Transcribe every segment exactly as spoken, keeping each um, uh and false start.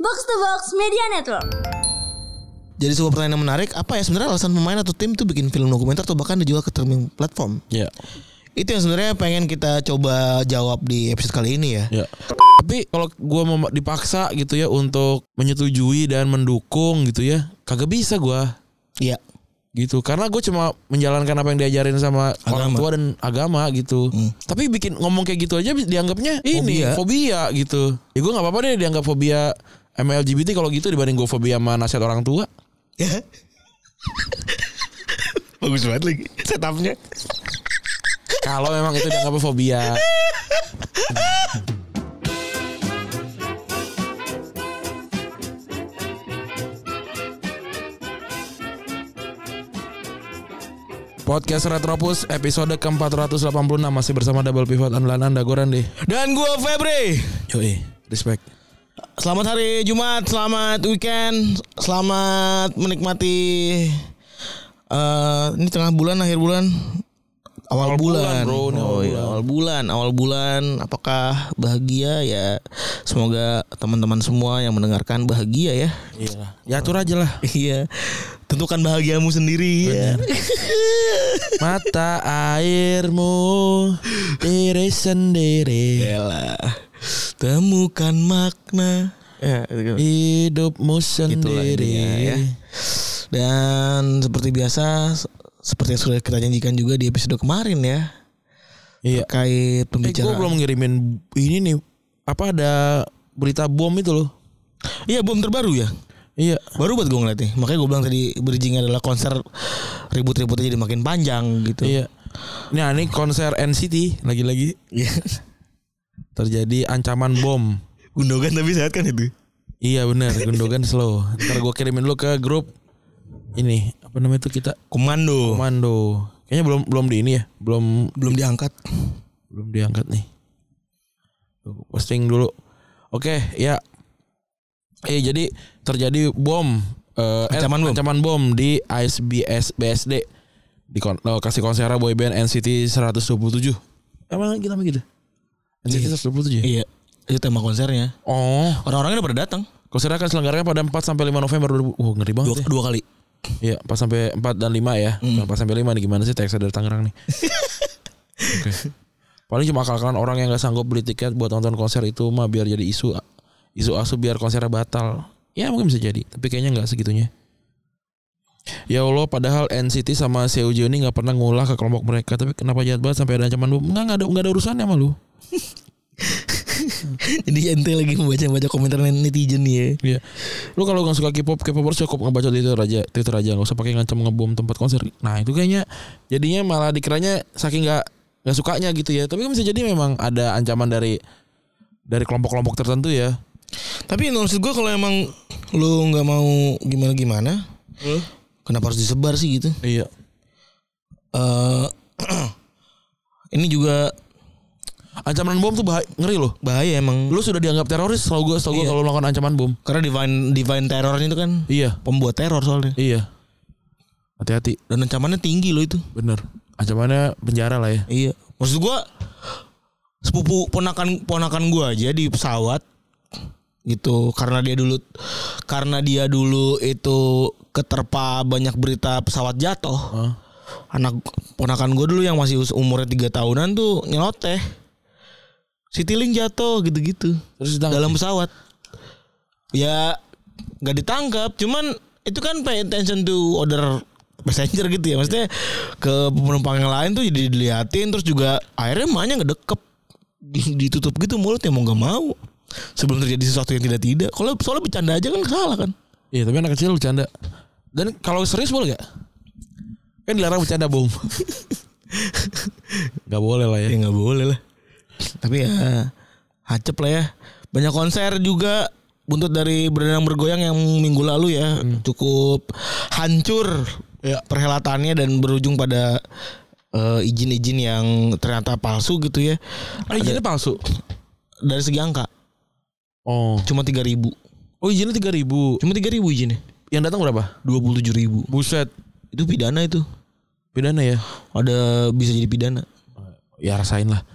Box to Box Media Network. Jadi sebuah pertanyaan menarik, apa ya sebenarnya alasan pemain atau tim itu bikin film dokumenter atau bahkan dijual ke streaming platform? Iya. Itu yang sebenarnya pengen kita coba jawab di episode kali ini ya. Iya. Tapi kalau gue mau dipaksa gitu ya untuk menyetujui dan mendukung gitu ya, kagak bisa gue. Iya. Gitu, karena gue cuma menjalankan apa yang diajarin sama agama. Orang tua dan agama gitu. Hmm. Tapi bikin ngomong kayak gitu aja dianggapnya ini fobia, fobia gitu. Ya gue nggak apa-apa deh dianggap fobia sama L G B T kalau gitu dibanding gue fobia sama nasihat orang tua. Ya. Bagus banget lagi setupnya. Kalau memang itu dianggap fobia. Podcast Retropus episode ke empat ratus delapan puluh enam masih bersama double pivot andalan Anda, gue Randy. Dan gue Febri. Yoi, respect. Selamat hari Jumat, selamat weekend, selamat menikmati uh, ini tengah bulan, akhir bulan, awal, awal bulan. bulan bro, ini oh, awal, iya, bulan. awal bulan, awal bulan. Apakah bahagia ya? Semoga teman-teman semua yang mendengarkan bahagia ya. Iya. Ya atur aja lah. Iya. Tentukan bahagiamu sendiri. Ya. Mata airmu diri sendiri. Yalah. Temukan makna ya, hidupmu sendiri ya. Dan seperti biasa, seperti yang sudah kita janjikan juga di episode kemarin ya. Iya. Terkait pembicaraan. Eh, gue belum ngirimin ini nih. Apa ada berita bom itu loh? Iya, bom terbaru ya. Iya, baru buat gue ngeliat nih. Makanya gue bilang tadi bridging adalah konser ribut-ributnya jadi makin panjang gitu. Iya. Nah ini konser N C T lagi-lagi. Iya. Terjadi ancaman bom. Gundogan tapi sehat kan itu? Iya benar, Gundogan slow. Ntar gue kirimin dulu ke grup ini apa namanya itu kita Komando. Komando. Kayaknya belum belum di ini ya, belum belum diangkat. Belum diangkat nih. Tuh, posting dulu. Oke, ya. Eh jadi terjadi bom, uh, ancaman, eh, bom. ancaman bom di A S B S B S D di kon- lokasi konser boyband N C T seratus dua puluh tujuh. Emang kita begitu? N C T seratus dua puluh tujuh. Iya. Itu tema konsernya. Oh, orang-orangnya udah pada datang. Konsernya akan selenggarakan pada empat sampai lima November. Wah, ngeri banget. Dua, ya. dua kali. Iya, empat sampai empat dan lima ya. Mm. empat sampai lima nih gimana sih teksnya dari Tangerang nih. Oke. Okay. Paling cuma akal-akalan orang yang enggak sanggup beli tiket buat nonton konser itu mah biar jadi isu isu asu biar konsernya batal. Ya mungkin bisa jadi, tapi kayaknya enggak segitunya. Ya Allah, padahal N C T sama Seo ini enggak pernah ngulah ke kelompok mereka, tapi kenapa jahat banget sampai ada ancaman bom? Enggak, enggak ada enggak ada urusannya sama lu. Jadi ente lagi membaca-baca komentar netizen nih ya. Iya. Lu kalau enggak suka K-pop, K-popers cukup ngebaca di Twitter aja, Twitter aja, enggak usah pakai ngancam ngebom tempat konser. Nah, itu kayaknya jadinya malah dikiranya saking enggak enggak sukanya gitu ya. Tapi kan bisa jadi memang ada ancaman dari dari kelompok-kelompok tertentu ya. Tapi maksud gue kalau emang lu nggak mau gimana-gimana, hmm? Kenapa harus disebar sih gitu? Iya. Uh, ini juga ancaman bom tuh bahaya, ngeri loh. Bahaya emang. Lu sudah dianggap teroris kalau gue, kalau gue kalau melakukan ancaman bom. Karena divine divine terror itu kan. Iya. Pembuat teror soalnya. Iya. Hati-hati. Dan ancamannya tinggi loh itu. Bener. Ancamannya penjara lah ya. Iya. Maksud gue sepupu ponakan ponakan gue aja di pesawat. Gitu karena dia dulu karena dia dulu itu keterpa banyak berita pesawat jatuh. Huh? Anak ponakan gue dulu yang masih umurnya tiga tahunan tuh nyeloteh. Citylink jatuh gitu-gitu. Terus dalam pesawat. Ya enggak ditangkap, cuman itu kan pay attention to other passenger gitu ya. Maksudnya ke penumpang yang lain tuh jadi diliatin, terus juga akhirnya emaknya ngedekep ditutup gitu mulutnya mau enggak mau. Sebelum terjadi sesuatu yang tidak-tidak. Kalau soalnya bercanda aja kan salah kan. Iya, tapi anak kecil bercanda. Dan kalau serius boleh gak? Kan dilarang bercanda bom. Gak boleh lah ya. Ya gak boleh lah. Tapi ya hacep lah ya. Banyak konser juga buntut dari Berdendang Bergoyang yang minggu lalu ya. Hmm. Cukup hancur ya perhelatannya dan berujung pada uh, izin-izin yang ternyata palsu gitu ya. Ah, izinnya palsu? Dari segi angka. Oh, cuma tiga ribu. Oh, izinnya tiga ribu. Cuma tiga ribu izinnya. Yang datang berapa? dua puluh tujuh ribu. Buset. Itu pidana itu. Pidana ya? Ada bisa jadi pidana. Ya rasain lah.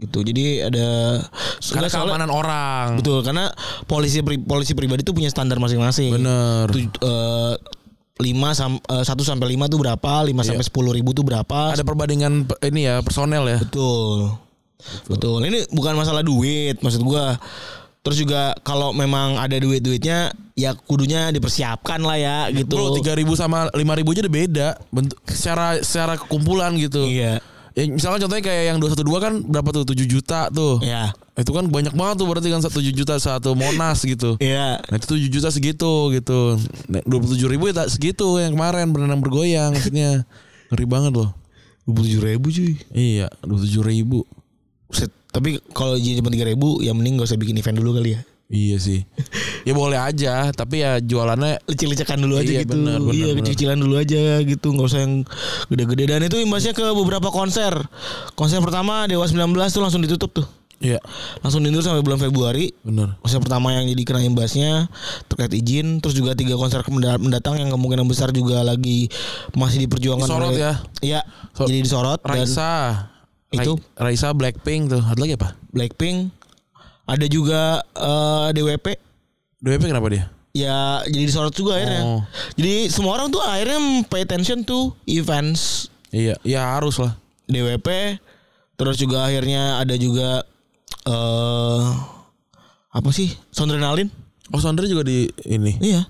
gitu. Jadi ada karena keamanan orang. Betul, karena polisi polisi pribadi itu punya standar masing-masing. Bener. Tuj, uh, lima sam, uh, satu sampai lima tuh berapa? lima sampai sepuluh ribu tuh berapa? Ada perbandingan ini ya personel ya. Betul. Betul. Betul. Ini bukan masalah duit maksud gua. Terus juga kalau memang ada duit-duitnya ya kudunya dipersiapkan lah ya gitu. Bro, tiga ribu sama lima ribu aja udah beda bentuk secara secara kumpulan gitu. Iya. Ya, misalkan contohnya kayak yang dua satu dua kan berapa tuh tujuh juta tuh. Iya. Itu kan banyak banget tuh berarti kan tujuh juta satu Monas gitu. Iya. Nah itu tujuh juta segitu gitu. Nah, dua puluh tujuh ribu ya tak segitu yang kemarin berenang bergoyang maksudnya. Ngeri banget loh. dua puluh tujuh ribu cuy. Iya, dua puluh tujuh ribu. Set. Tapi kalau cuma tiga ribu ya mending gak usah bikin event dulu kali ya. Iya sih. Ya boleh aja, tapi ya jualannya lecek-lecekan dulu aja iya, gitu. Bener, bener, iya, bener. kecil-kecilan dulu aja gitu, enggak usah yang gede-gede. Dan itu imbasnya ke beberapa konser. Konser pertama Dewa sembilan belas tuh langsung ditutup tuh. Iya. Langsung ditutup sampai bulan Februari. Bener. Konser pertama yang jadi kena imbasnya terkait izin, terus juga tiga konser mendatang yang kemungkinan besar juga lagi masih diperjuangkan disorot oleh, ya. Iya, So, jadi disorot. Raisa. Dan itu Raisa Blackpink tuh. Ada lagi apa? Blackpink. Ada juga uh, D W P. D W P kenapa dia? Ya jadi disorot juga akhirnya. Oh. Jadi semua orang tuh akhirnya pay attention to events. Iya, ya harus lah. D W P. Terus juga akhirnya ada juga eh uh, apa sih? Soundrenalin. Oh, Sondre juga di ini. Iya.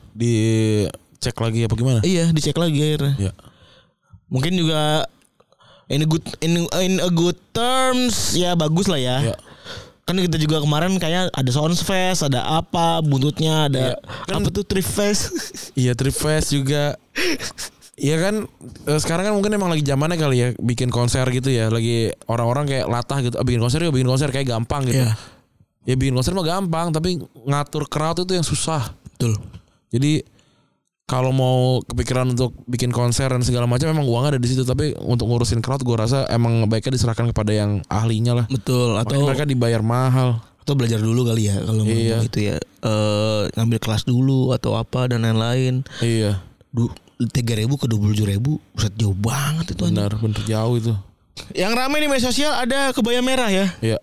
Dicek lagi apa gimana? Iya, dicek lagi akhirnya. Iya. Mungkin juga in a good in, in a good terms ya bagus lah ya. Iya. Kan kita juga kemarin kayak ada Soundfest, ada apa, buntutnya ada iya. Kan, apa tuh Tripfest. Iya, Tripfest juga. Iya kan sekarang kan mungkin emang lagi zamannya kali ya bikin konser gitu ya. Lagi orang-orang kayak latah gitu. Ah, bikin konser ya bikin konser kayak gampang gitu. Iya. Ya bikin konser mah gampang, tapi ngatur crowd itu yang susah. Betul. Jadi kalau mau kepikiran untuk bikin konser dan segala macam memang uangnya ada di situ, tapi untuk ngurusin crowd gue rasa emang baiknya diserahkan kepada yang ahlinya lah. Betul. Atau makanya mereka dibayar mahal. Atau belajar dulu kali ya kalau iya. mau gitu ya. Eh ngambil kelas dulu atau apa dan lain-lain. Iya. tiga ribu ke dua puluh tujuh ribu Buset jauh banget itu. Benar, bener jauh itu. Yang ramai di media sosial ada kebaya merah ya. Iya.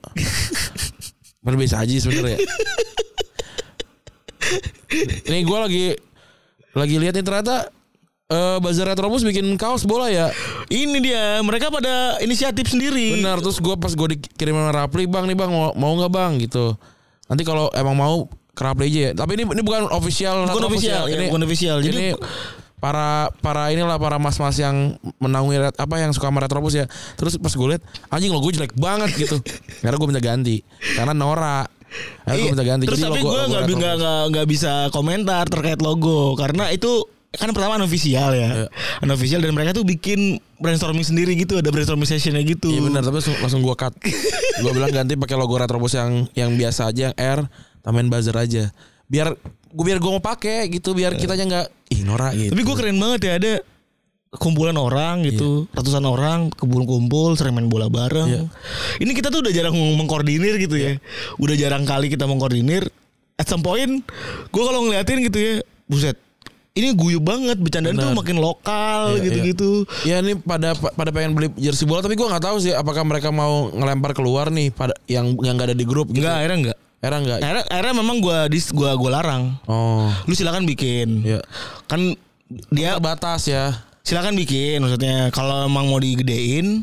Bener biasa aja sebenarnya. Ini gue lagi lagi lihat nih ternyata uh, Bazar Retrobus bikin kaos bola ya. Ini dia, mereka pada inisiatif sendiri. Benar, terus gue pas gue dikirim sama Rapli, bang nih bang mau mau nggak bang gitu. Nanti kalau emang mau ke Rapli aja ya. Tapi ini ini bukan official. Bukan official, ya, ini bukan official. Jadi ini para para inilah para mas-mas yang menaungi ret, apa yang suka sama Retrobus ya. Terus pas gue lihat anjing logo jelek banget gitu. Karena gue minta ganti. Karena Nora. Karena gue minta ganti. Terus jadi tapi logo, gue nggak nggak nggak bisa komentar terkait logo karena itu kan pertama unofficial ya, yeah. unofficial dan mereka tuh bikin brainstorming sendiri gitu, ada brainstorming sessionnya gitu. Iya benar, tapi langsung, langsung gue cut. Gue bilang ganti pakai logo Retrobus yang yang biasa aja, yang R, tambahin buzzer aja. Biar gue biar gue mau pakai gitu, biar yeah. kitanya nggak ih Nora gitu. Tapi gue keren banget ya, ada kumpulan orang gitu, yeah. ratusan orang kumpul-kumpul sering main bola bareng. Yeah. Ini kita tuh udah jarang mengkoordinir gitu yeah. ya. Udah jarang kali kita mengkoordinir. At some point gue kalau ngeliatin gitu ya, buset. Ini guyup banget, bercandaan tuh makin lokal iya, gitu-gitu. Iya. Ya ini pada pada pengen beli jersey bola, tapi gue nggak tahu sih apakah mereka mau ngelempar keluar nih pada yang yang nggak ada di grup. Gitu. Enggak, akhirnya enggak. Akhirnya enggak. Akhirnya, akhirnya memang gue dis gue gue larang. Oh. Lu silakan bikin. Iya. Kan dia batas ya. Silakan bikin, maksudnya kalau emang mau digedein,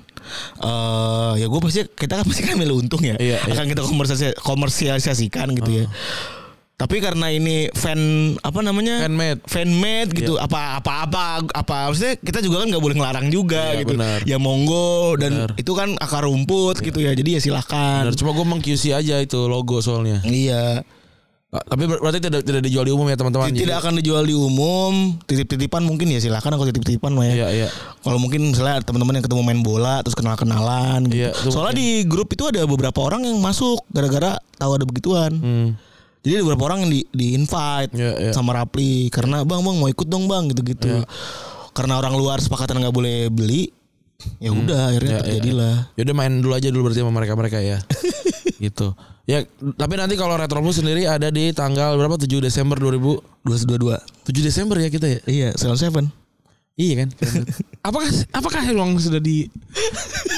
uh, ya gue pasti kita kan pasti kan ambil untung ya. Iya, akan iya. kita komersialisasikan, komersialisasikan gitu oh. ya. Tapi karena ini fan apa namanya fanmade fanmade gitu yeah. apa apa apa apa maksudnya kita juga kan nggak boleh ngelarang juga yeah, gitu benar. Ya monggo dan benar. Itu kan akar rumput yeah. gitu ya jadi ya silakan. Benar. Cuma gue meng-Q C aja itu logo soalnya. Iya. Tapi berarti tidak tidak dijual di umum ya teman-teman. Tidak jadi, akan dijual di umum. Titip-titipan mungkin ya silakan aku titip-titipan mah ya. Iya, iya. Kalau mungkin misalnya teman-teman yang ketemu main bola terus kenal-kenalan gitu. Iya, soalnya mungkin. Di grup itu ada beberapa orang yang masuk gara-gara tahu ada begituan. Hmm. Jadi ada beberapa orang yang di, di invite yeah, yeah. sama Rapli karena bang bang mau ikut dong bang gitu-gitu. Yeah. Karena orang luar sepakatan nggak boleh beli, ya udah hmm. akhirnya yeah, terjadilah. Ya udah main dulu aja dulu berarti sama mereka-mereka ya. Gitu. Ya tapi nanti kalau Retrobus sendiri ada di tanggal berapa tujuh Desember dua ribu dua puluh dua. tujuh Desember ya kita ya. Iya, Salon Seven. Iya kan? apakah apakah emang sudah di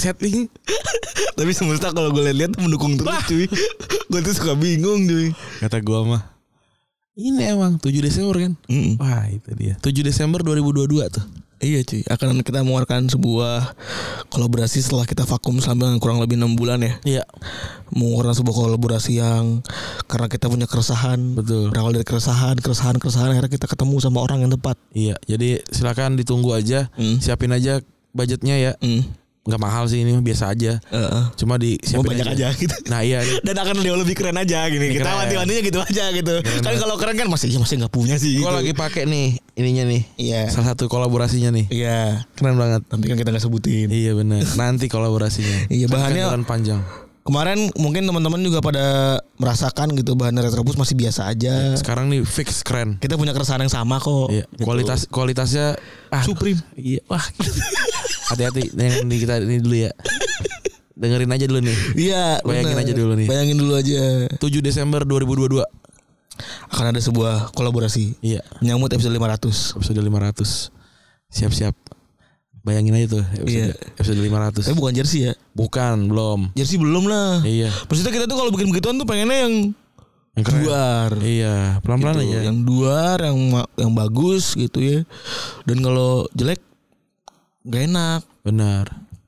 setting. Tapi semesta kalau gue lihat mendukung terus cuy. Gue tuh suka bingung cuy. Kata gue mah ini emang tujuh Desember kan. Mm-mm. Wah itu dia tujuh Desember dua ribu dua puluh dua tuh. Iya cuy, akan kita mengeluarkan sebuah kolaborasi setelah kita vakum selama kurang lebih enam bulan ya. Iya. Mengeluarkan sebuah kolaborasi yang karena kita punya keresahan. Betul. Berawal dari keresahan, keresahan, keresahan akhirnya kita ketemu sama orang yang tepat. Iya, jadi silakan ditunggu aja. Mm. Siapin aja budgetnya ya. Mm. Nggak mahal sih ini, biasa aja. Uh, Cuma di Mau siapin banyak aja. aja gitu. Nah iya. Dan akan jauh lebih keren aja gini. Ini kita keren. wanti-wantinya gitu aja gitu. Keren Kan kalau keren kan masih ya masih nggak punya sih. Gue Gitu. lagi pakai nih ininya nih. Iya. Salah satu kolaborasinya nih. Iya. Keren banget. Tapi kan kita nggak sebutin. Iya benar. Nanti kolaborasinya. Iya, Kan bahannya- jalan panjang. Kemarin mungkin teman-teman juga pada merasakan gitu bahan Retrobus masih biasa aja. Sekarang nih fix keren. Kita punya keresahan yang sama kok. Iya. Gitu. Kualitas kualitasnya ah, Supreme. Iya. Wah. Hati-hati. Yang ini kita ini dulu ya. Dengerin aja dulu nih. Iya. Bayangin bener. aja dulu nih. Bayangin dulu aja. tujuh Desember dua ribu dua puluh dua. Akan ada sebuah kolaborasi. Iya. Menyambut episode lima ratus. Episode lima ratus. Siap-siap. Bayangin aja tuh episode, Iya. episode lima ratus. Tapi bukan jersey ya. Bukan, belum. Jersey belum lah. Iya. Maksudnya kita tuh kalau bikin begituan tuh pengennya yang Yang keren. duar. Iya, pelan-pelan Gitu. aja. Yang duar, yang ma- yang bagus gitu ya. Dan kalau jelek gak enak. Benar.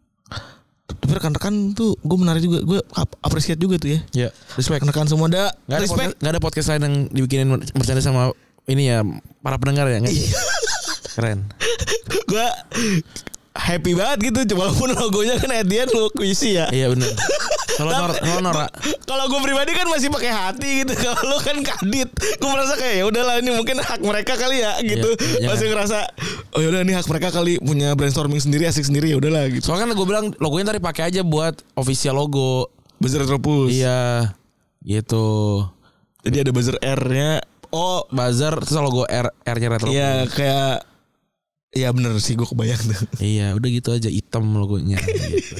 Tapi rekan-rekan tuh gue menarik juga. Gue ap- appreciate juga tuh ya. Ya, respect. Rekan-rekan semua ada Gak ada, respect. podcast, gak ada podcast lain yang dibikinin bercanda sama ini ya para pendengar ya. Nggak? Keren. Gue happy banget gitu. Walaupun logonya kan at the end lo kuisi ya. Iya benar. Kalau Nor, kalau Nora, Kalau gue pribadi kan masih pakai hati gitu. Kalau lo kan kadit, gue merasa kayak ya udahlah ini mungkin hak mereka kali ya gitu. Iya, Masih ngerasa oh ya udah ini hak mereka kali punya brainstorming sendiri asik sendiri ya udahlah gitu. soalnya kan gue bilang logonya tadi pakai aja buat official logo. Buzzer Retropus. Iya, gitu. Jadi ada buzzer R-nya. Oh, Buzzer terus logo R R-nya retro. iya kayak iya bener sih gue kebayang tuh. Iya, udah gitu aja hitam logonya. Gitu.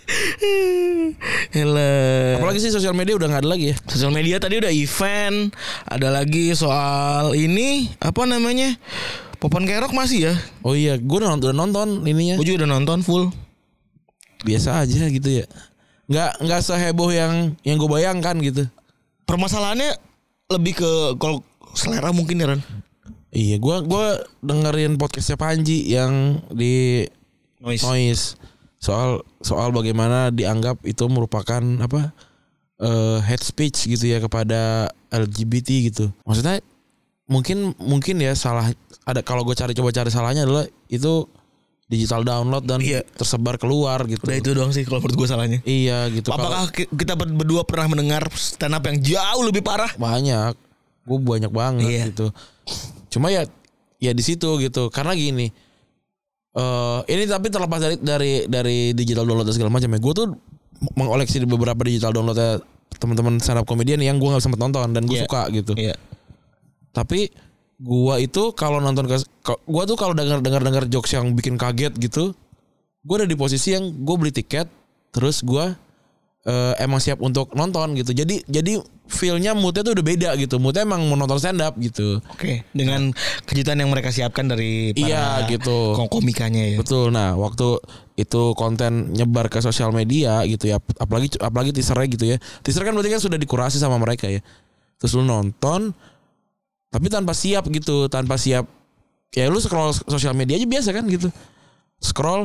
Hele. Apalagi sih sosial media udah nggak ada lagi ya. Sosial media tadi udah event, ada lagi soal ini apa namanya? Popon Kerok masih ya? Oh iya, gue udah nonton, udah nonton ininya. Gue juga udah nonton full. Biasa aja gitu ya. Nggak nggak seheboh yang yang gue bayangkan gitu. Permasalahannya lebih ke kalau selera mungkin ya Ran. Iya, gue gua dengerin podcastnya Panji yang di Noise. Noise soal soal bagaimana dianggap itu merupakan apa uh, hate speech gitu ya kepada L G B T gitu. Maksudnya mungkin mungkin ya salah ada kalau gue cari coba cari salahnya adalah itu digital download dan Iya. tersebar keluar gitu. Udah itu doang sih kalau menurut gue salahnya. Iya gitu. Apakah ki- kita ber- berdua pernah mendengar stand up yang jauh lebih parah? Banyak, gue banyak banget Iya. gitu. Cuma ya ya di situ gitu karena gini eh ini tapi terlepas dari dari dari digital download dan segala macam ya, gue tuh mengoleksi beberapa digital downloadnya teman-teman stand up comedian yang gue nggak sempet nonton dan gue Iya. suka gitu. Iya. Tapi gue itu kalau nonton ke gue tuh kalau dengar dengar dengar jokes yang bikin kaget gitu, gue ada di posisi yang gue beli tiket terus gue uh, emang siap untuk nonton gitu. Jadi jadi feel-nya moodnya tuh udah beda gitu. Moodnya emang mau nonton stand up gitu. Oke, dengan kejutan yang mereka siapkan dari para Iya gitu. kom- komikanya ya. Betul. Nah, waktu itu konten nyebar ke sosial media gitu ya. Apalagi apalagi teasernya gitu ya. Teaser kan berarti kan sudah dikurasi sama mereka ya. Terus lu nonton tapi tanpa siap gitu, tanpa siap. Ya lu scroll sosial media aja biasa kan gitu. Scroll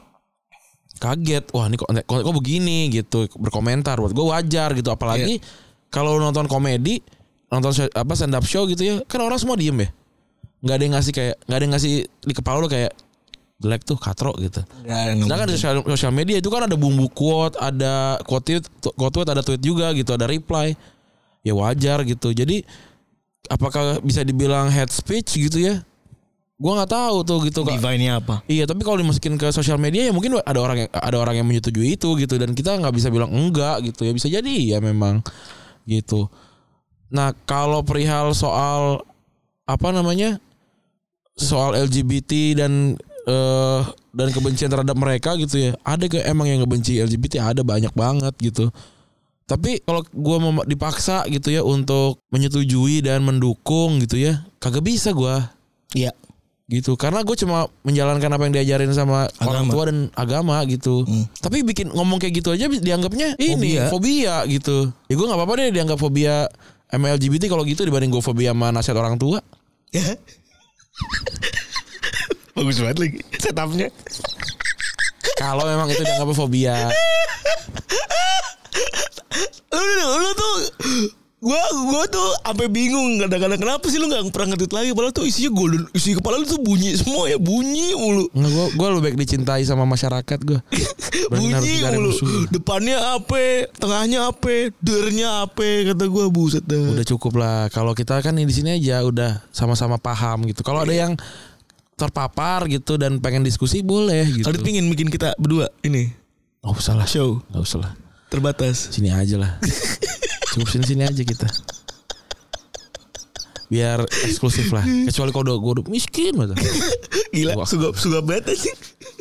kaget, wah ini kok, kok, kok begini gitu, berkomentar buat gue wajar gitu, apalagi kalau nonton komedi, nonton show, apa stand up show gitu ya, kan orang semua diem ya, nggak ada yang ngasih kayak, nggak ada yang ngasih di kepala lo kayak jelek tuh katro gitu. Sedangkan di sosial, sosial media itu kan ada bumbu quote, ada quote tweet, quote tweet, ada tweet juga gitu, ada reply, ya wajar gitu. Jadi apakah bisa dibilang hate speech gitu ya? Gua nggak tahu tuh gitu kak. Divine-nya apa? Iya, tapi kalau dimasukin ke sosial media ya mungkin ada orang yang ada orang yang menyetujui itu gitu, dan kita nggak bisa bilang enggak gitu ya, bisa jadi ya memang gitu. Nah kalau perihal soal apa namanya soal L G B T dan uh, dan kebencian terhadap mereka gitu ya, ada ke emang yang ngebenci L G B T, ada banyak banget gitu. Tapi kalau gue mau dipaksa gitu ya untuk menyetujui dan mendukung gitu ya, kagak bisa gue. Iya. gitu. Karena gue cuma menjalankan apa yang diajarin sama agama. Orang tua dan agama gitu. Hmm. Tapi bikin ngomong kayak gitu aja dianggapnya ini fobia, fobia gitu. Ya gue nggak apa-apa deh dianggap fobia sama L G B T kalau gitu dibanding gue fobia sama nasihat orang tua. Ya. Bagus banget lagi setupnya. Kalau memang itu dianggap fobia. Lu, lu tuh Gua gua tuh sampai bingung kadang-kadang kenapa sih lu enggak pernah ngetit lagi padahal tuh isinya golden, isi kepala lu tuh bunyi semua ya, bunyi mulu. Enggak, gua gua lebih baik dicintai sama masyarakat gua. Bunyi mulu. Depannya apa, tengahnya apa, dernya apa, kata gua buset dah. Udah cukup lah. Kalau kita kan di sini aja udah sama-sama paham gitu. Kalau ada yang terpapar gitu dan pengen diskusi boleh gitu. Kalau pingin bikin kita berdua ini. Enggak usah lah show. Enggak usah lah. Terbatas. Sini aja lah. Cukup sini-sini aja kita. Biar eksklusif lah. Kecuali kalau gue udah miskin banget. Gila, sugap sugap banget sih.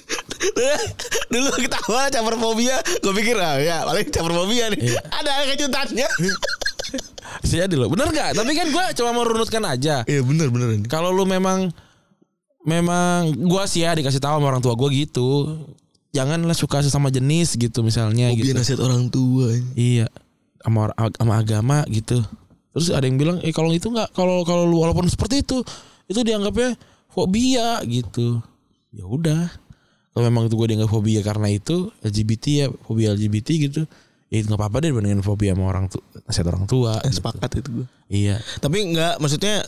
Dulu kita awal caper fobia, gue pikir ah ya paling caper fobia nih. Iya. Ada kejutannya. Jadi loh, bener gak? Tapi kan gue cuma mau runutkan aja. Iya bener bener. Kalau lu memang memang gue sih ya dikasih tahu sama orang tua gue gitu. Janganlah suka sesama jenis gitu misalnya. Fobia gitu. Nasihat orang tua. Iya. Sama, sama agama gitu. Terus ada yang bilang eh kalau itu nggak kalau kalau lu walaupun seperti itu itu dianggapnya fobia gitu. Ya udah. Kalau memang itu gue dianggap fobia karena itu L G B T ya fobia L G B T gitu. Ya itu nggak apa-apa deh dibandingin fobia sama orang tua, nasihat orang tua. Eh, gitu. Sepakat itu gue. Iya. Tapi nggak maksudnya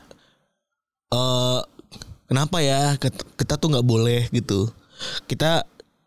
uh, kenapa ya kita tuh nggak boleh gitu. Kita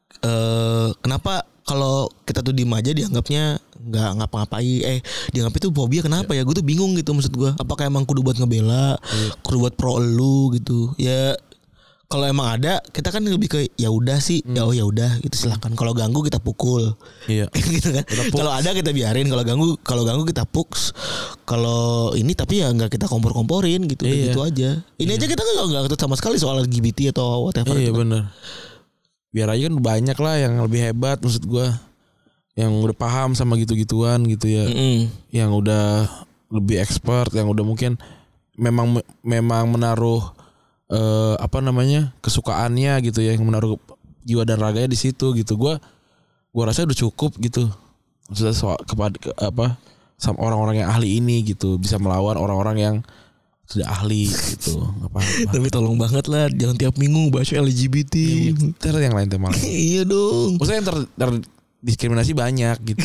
uh, kenapa kalau kita tuh diem aja dianggapnya nggak ngapa-ngapain, eh dianggap itu fobia kenapa ya? ya? Gue tuh bingung gitu maksud gue. Apakah emang kudu buat ngebela, ya. kudu buat pro elu gitu? Ya kalau emang ada, kita kan lebih ke ya udah sih, hmm. ya oh ya udah itu silakan. Kalau ganggu kita pukul, iya. gitu kan. Kalau ada kita biarin, kalau ganggu kalau ganggu kita puks. Kalau ini tapi ya nggak kita kompor-komporin gitu, iya. gitu aja. Ini iya. aja kita nggak nggak ketut sama sekali soal L G B T atau whatever. Iya kan. benar. Biar aja kan banyak lah yang lebih hebat maksud gue, yang udah paham sama gitu-gituan gitu ya, mm-hmm. yang udah lebih expert, yang udah mungkin memang memang menaruh eh, apa namanya kesukaannya gitu ya, yang menaruh jiwa dan raganya di situ gitu. Gue gue rasa udah cukup gitu, maksudnya soal kepada ke, apa sama orang-orang yang ahli ini gitu bisa melawan orang-orang yang sudah ahli gitu. Apa-apa. Tapi tolong banget lah jangan tiap minggu bahas L G B T. Ter yang lain tema. Iya dong. Maksudnya yang ter, ter diskriminasi banyak gitu.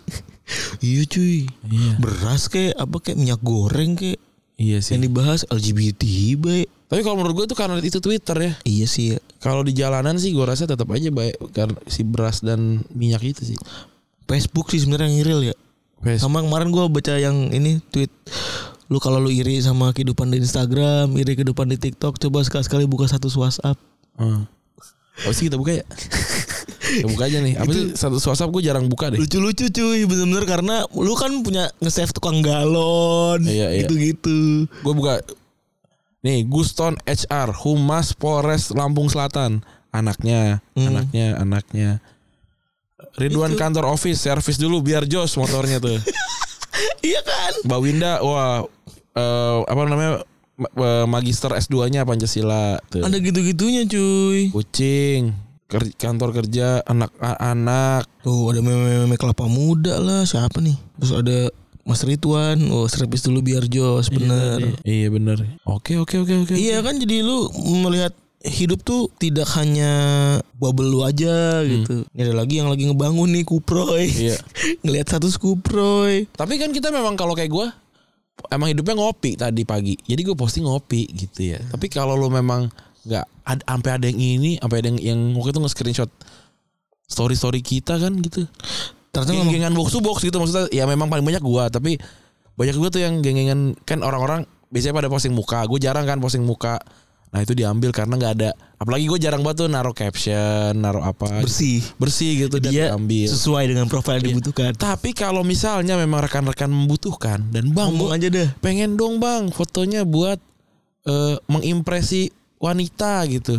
Iya cuy. Iya. Beras kayak apa kayak minyak goreng kayak. Iya sih. Yang dibahas L G B T baik. Tapi kalau menurut gue tuh karena itu Twitter ya. Iya sih ya. Kalau di jalanan sih gue rasa tetap aja baik karena si beras dan minyak itu sih. Facebook sih sebenarnya yang real ya. Facebook. Sama kemarin gue baca yang ini tweet. Lu kalau lu iri sama kehidupan di Instagram, iri kehidupan di TikTok, coba sekali-sekali buka status WhatsApp. Hmm. Apa sih kita buka ya? Kita buka aja nih. Apa sih status WhatsApp gue jarang buka deh. Lucu-lucu cuy, bener-bener karena lu kan punya nge-save tukang galon, iya, iya. gitu-gitu. Gue buka. Nih, Guston H R, Humas Polres Lampung Selatan, anaknya, hmm. anaknya, anaknya. Ridwan itu. Kantor office, servis dulu biar jos motornya tuh. Iya kan? Mbak Winda, wah. Uh, apa namanya magister S dua-nya Pancasila tuh. Ada gitu-gitunya cuy. Kucing ker- kantor kerja anak-anak. Tuh ada meme-meme kelapa muda lah. Siapa nih? Terus ada Mas Ridwan. Oh servis dulu biar jos. Bener. Iya, iya bener. Oke oke oke oke. Iya kan jadi lu melihat hidup tuh tidak hanya bubble lu aja hmm. gitu. Ini ada lagi yang lagi ngebangun nih Kuproy. Iya. Ngelihat status Kuproy. Tapi kan kita memang kalau kayak gue emang hidupnya ngopi tadi pagi. Jadi gue posting ngopi gitu ya. Hmm. Tapi kalau lu memang nggak ada sampai ada yang ini, sampai ada yang yang waktu itu nge-screenshot story-story kita kan gitu. Ternyata geng-gengan box to box gitu maksudnya. Ya memang paling banyak gue, tapi banyak gue tuh yang geng-gengan kan orang-orang biasanya pada posting muka. Gue jarang kan posting muka. Nah itu diambil karena nggak ada. Apalagi gue jarang banget tuh naruh caption, naruh apa bersih, gitu. bersih gitu. Dia diambil sesuai dengan profil yang dibutuhkan. Tapi kalau misalnya memang rekan-rekan membutuhkan dan bang, ngomong aja deh. Pengen dong bang fotonya buat uh, mengimpresi wanita gitu.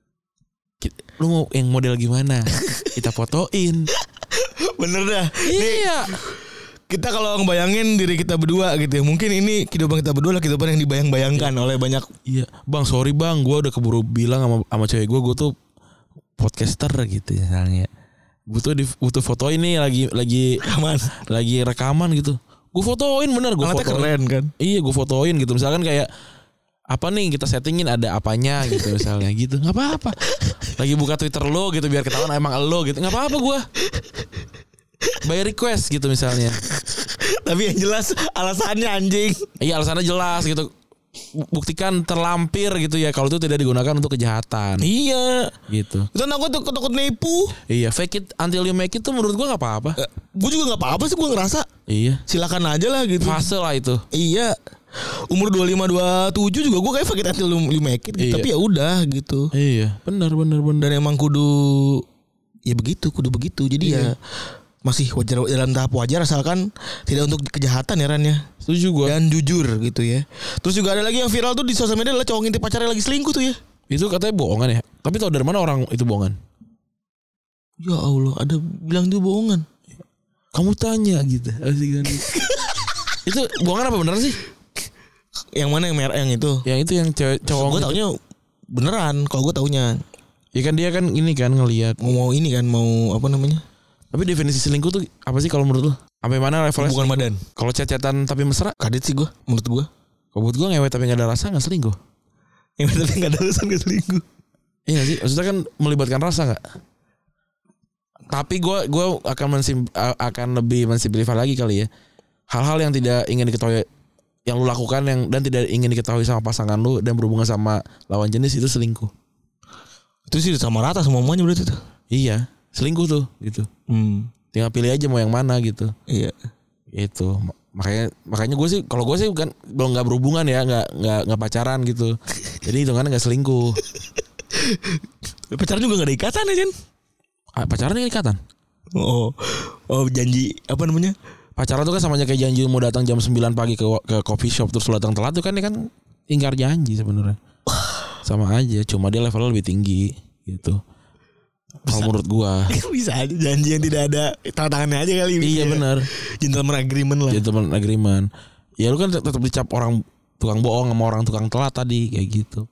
Lu mau yang model gimana? Kita fotoin. Bener dah. Iya. Nih, kita kalau ngebayangin diri kita berdua gitu ya, mungkin ini kehidupan kita berdua lah kehidupan yang dibayang-bayangkan oleh banyak. Iya, bang, sorry bang, gue udah keburu bilang sama sama cewek gue, gue tuh podcaster gitu misalnya. Butuh di butuh foto ini lagi lagi rekaman, lagi rekaman gitu. Gue fotoin bener, gue fotoin. Keren kan? Iya, gue fotoin gitu. Misalkan kayak apa nih kita settingin ada apanya gitu misalnya gitu, nggak apa-apa. Lagi buka Twitter lo gitu biar ketahuan emang lo gitu, nggak apa-apa gue. By request gitu misalnya. Tapi yang jelas alasannya anjing. Iya, alasannya jelas gitu. Buktikan terlampir gitu ya kalau itu tidak digunakan untuk kejahatan. Iya. Gitu. Itu aku tuh takut nipu. Iya, fake it until you make it tuh menurut gue nggak apa-apa. Eh, gue juga nggak apa-apa sih, gue ngerasa. Iya. Silakan aja lah gitu. Fase lah itu. Iya. Umur dua puluh lima dua puluh tujuh juga gue kayak fake it until you make it gitu. Iya. Tapi ya udah gitu. Iya, benar benar benar. Dan emang kudu ya begitu, kudu begitu. Jadi iya. ya masih wajar dalam tahap wajar asalkan tidak untuk kejahatan ya Ran ya. Setuju gue. Dan jujur gitu ya. Terus juga ada lagi yang viral tuh di sosial media adalah cowok ngintip pacarnya lagi selingkuh tuh ya. Itu katanya bohongan ya. Tapi tau dari mana orang itu bohongan? Ya Allah, ada bilang dia bohongan. Kamu tanya gitu. Itu bohongan apa beneran sih? Yang mana yang merah yang itu? Yang itu yang cewek cowok. Gue taunya beneran. Kalau gue taunya. Ya kan dia kan ini kan ngelihat mau mau ini kan mau apa namanya? Tapi definisi selingkuh tuh apa sih kalau menurut lo? Sampai mana levelnya? Bukan badan. Kalau chat-chatan tapi mesra? Kadet sih gue. Menurut gue. Kalau menurut gue ngewet tapi nggak ada rasa nggak selingkuh. Ngewet tapi nggak ada rasa nggak selingkuh. Iya sih. Maksudnya kan melibatkan rasa nggak? Tapi gue gue akan mensim, akan lebih mensimplify lagi kali ya. Hal-hal yang tidak ingin diketahui yang lu lakukan yang dan tidak ingin diketahui sama pasangan lu dan berhubungan sama lawan jenis itu selingkuh. Itu sih sama rata semuanya berarti tuh. Iya, selingkuh tuh gitu. Hmm. Tinggal pilih aja mau yang mana gitu. Iya. Itu makanya makanya gue sih kalau gue sih kan belum nggak berhubungan ya nggak nggak nggak pacaran gitu. Jadi hitungannya nggak selingkuh. Pacaran juga nggak ada ikatan ya Jen? Ah, pacaran ini ikatan. Oh, oh janji apa namanya? Pacaran tuh kan sama aja kayak janji mau datang jam sembilan pagi ke ke coffee shop terus lu datang telat tuh kan dia kan ingkar janji sebenarnya. Sama aja, cuma dia levelnya lebih tinggi gitu. Kalau menurut gua bisa aja janji yang tidak ada tanda tangannya aja kali. Iya benar. Gentleman agreement lah. Gentleman agreement. Ya lu kan tetap dicap orang tukang bohong sama orang tukang telat tadi kayak gitu.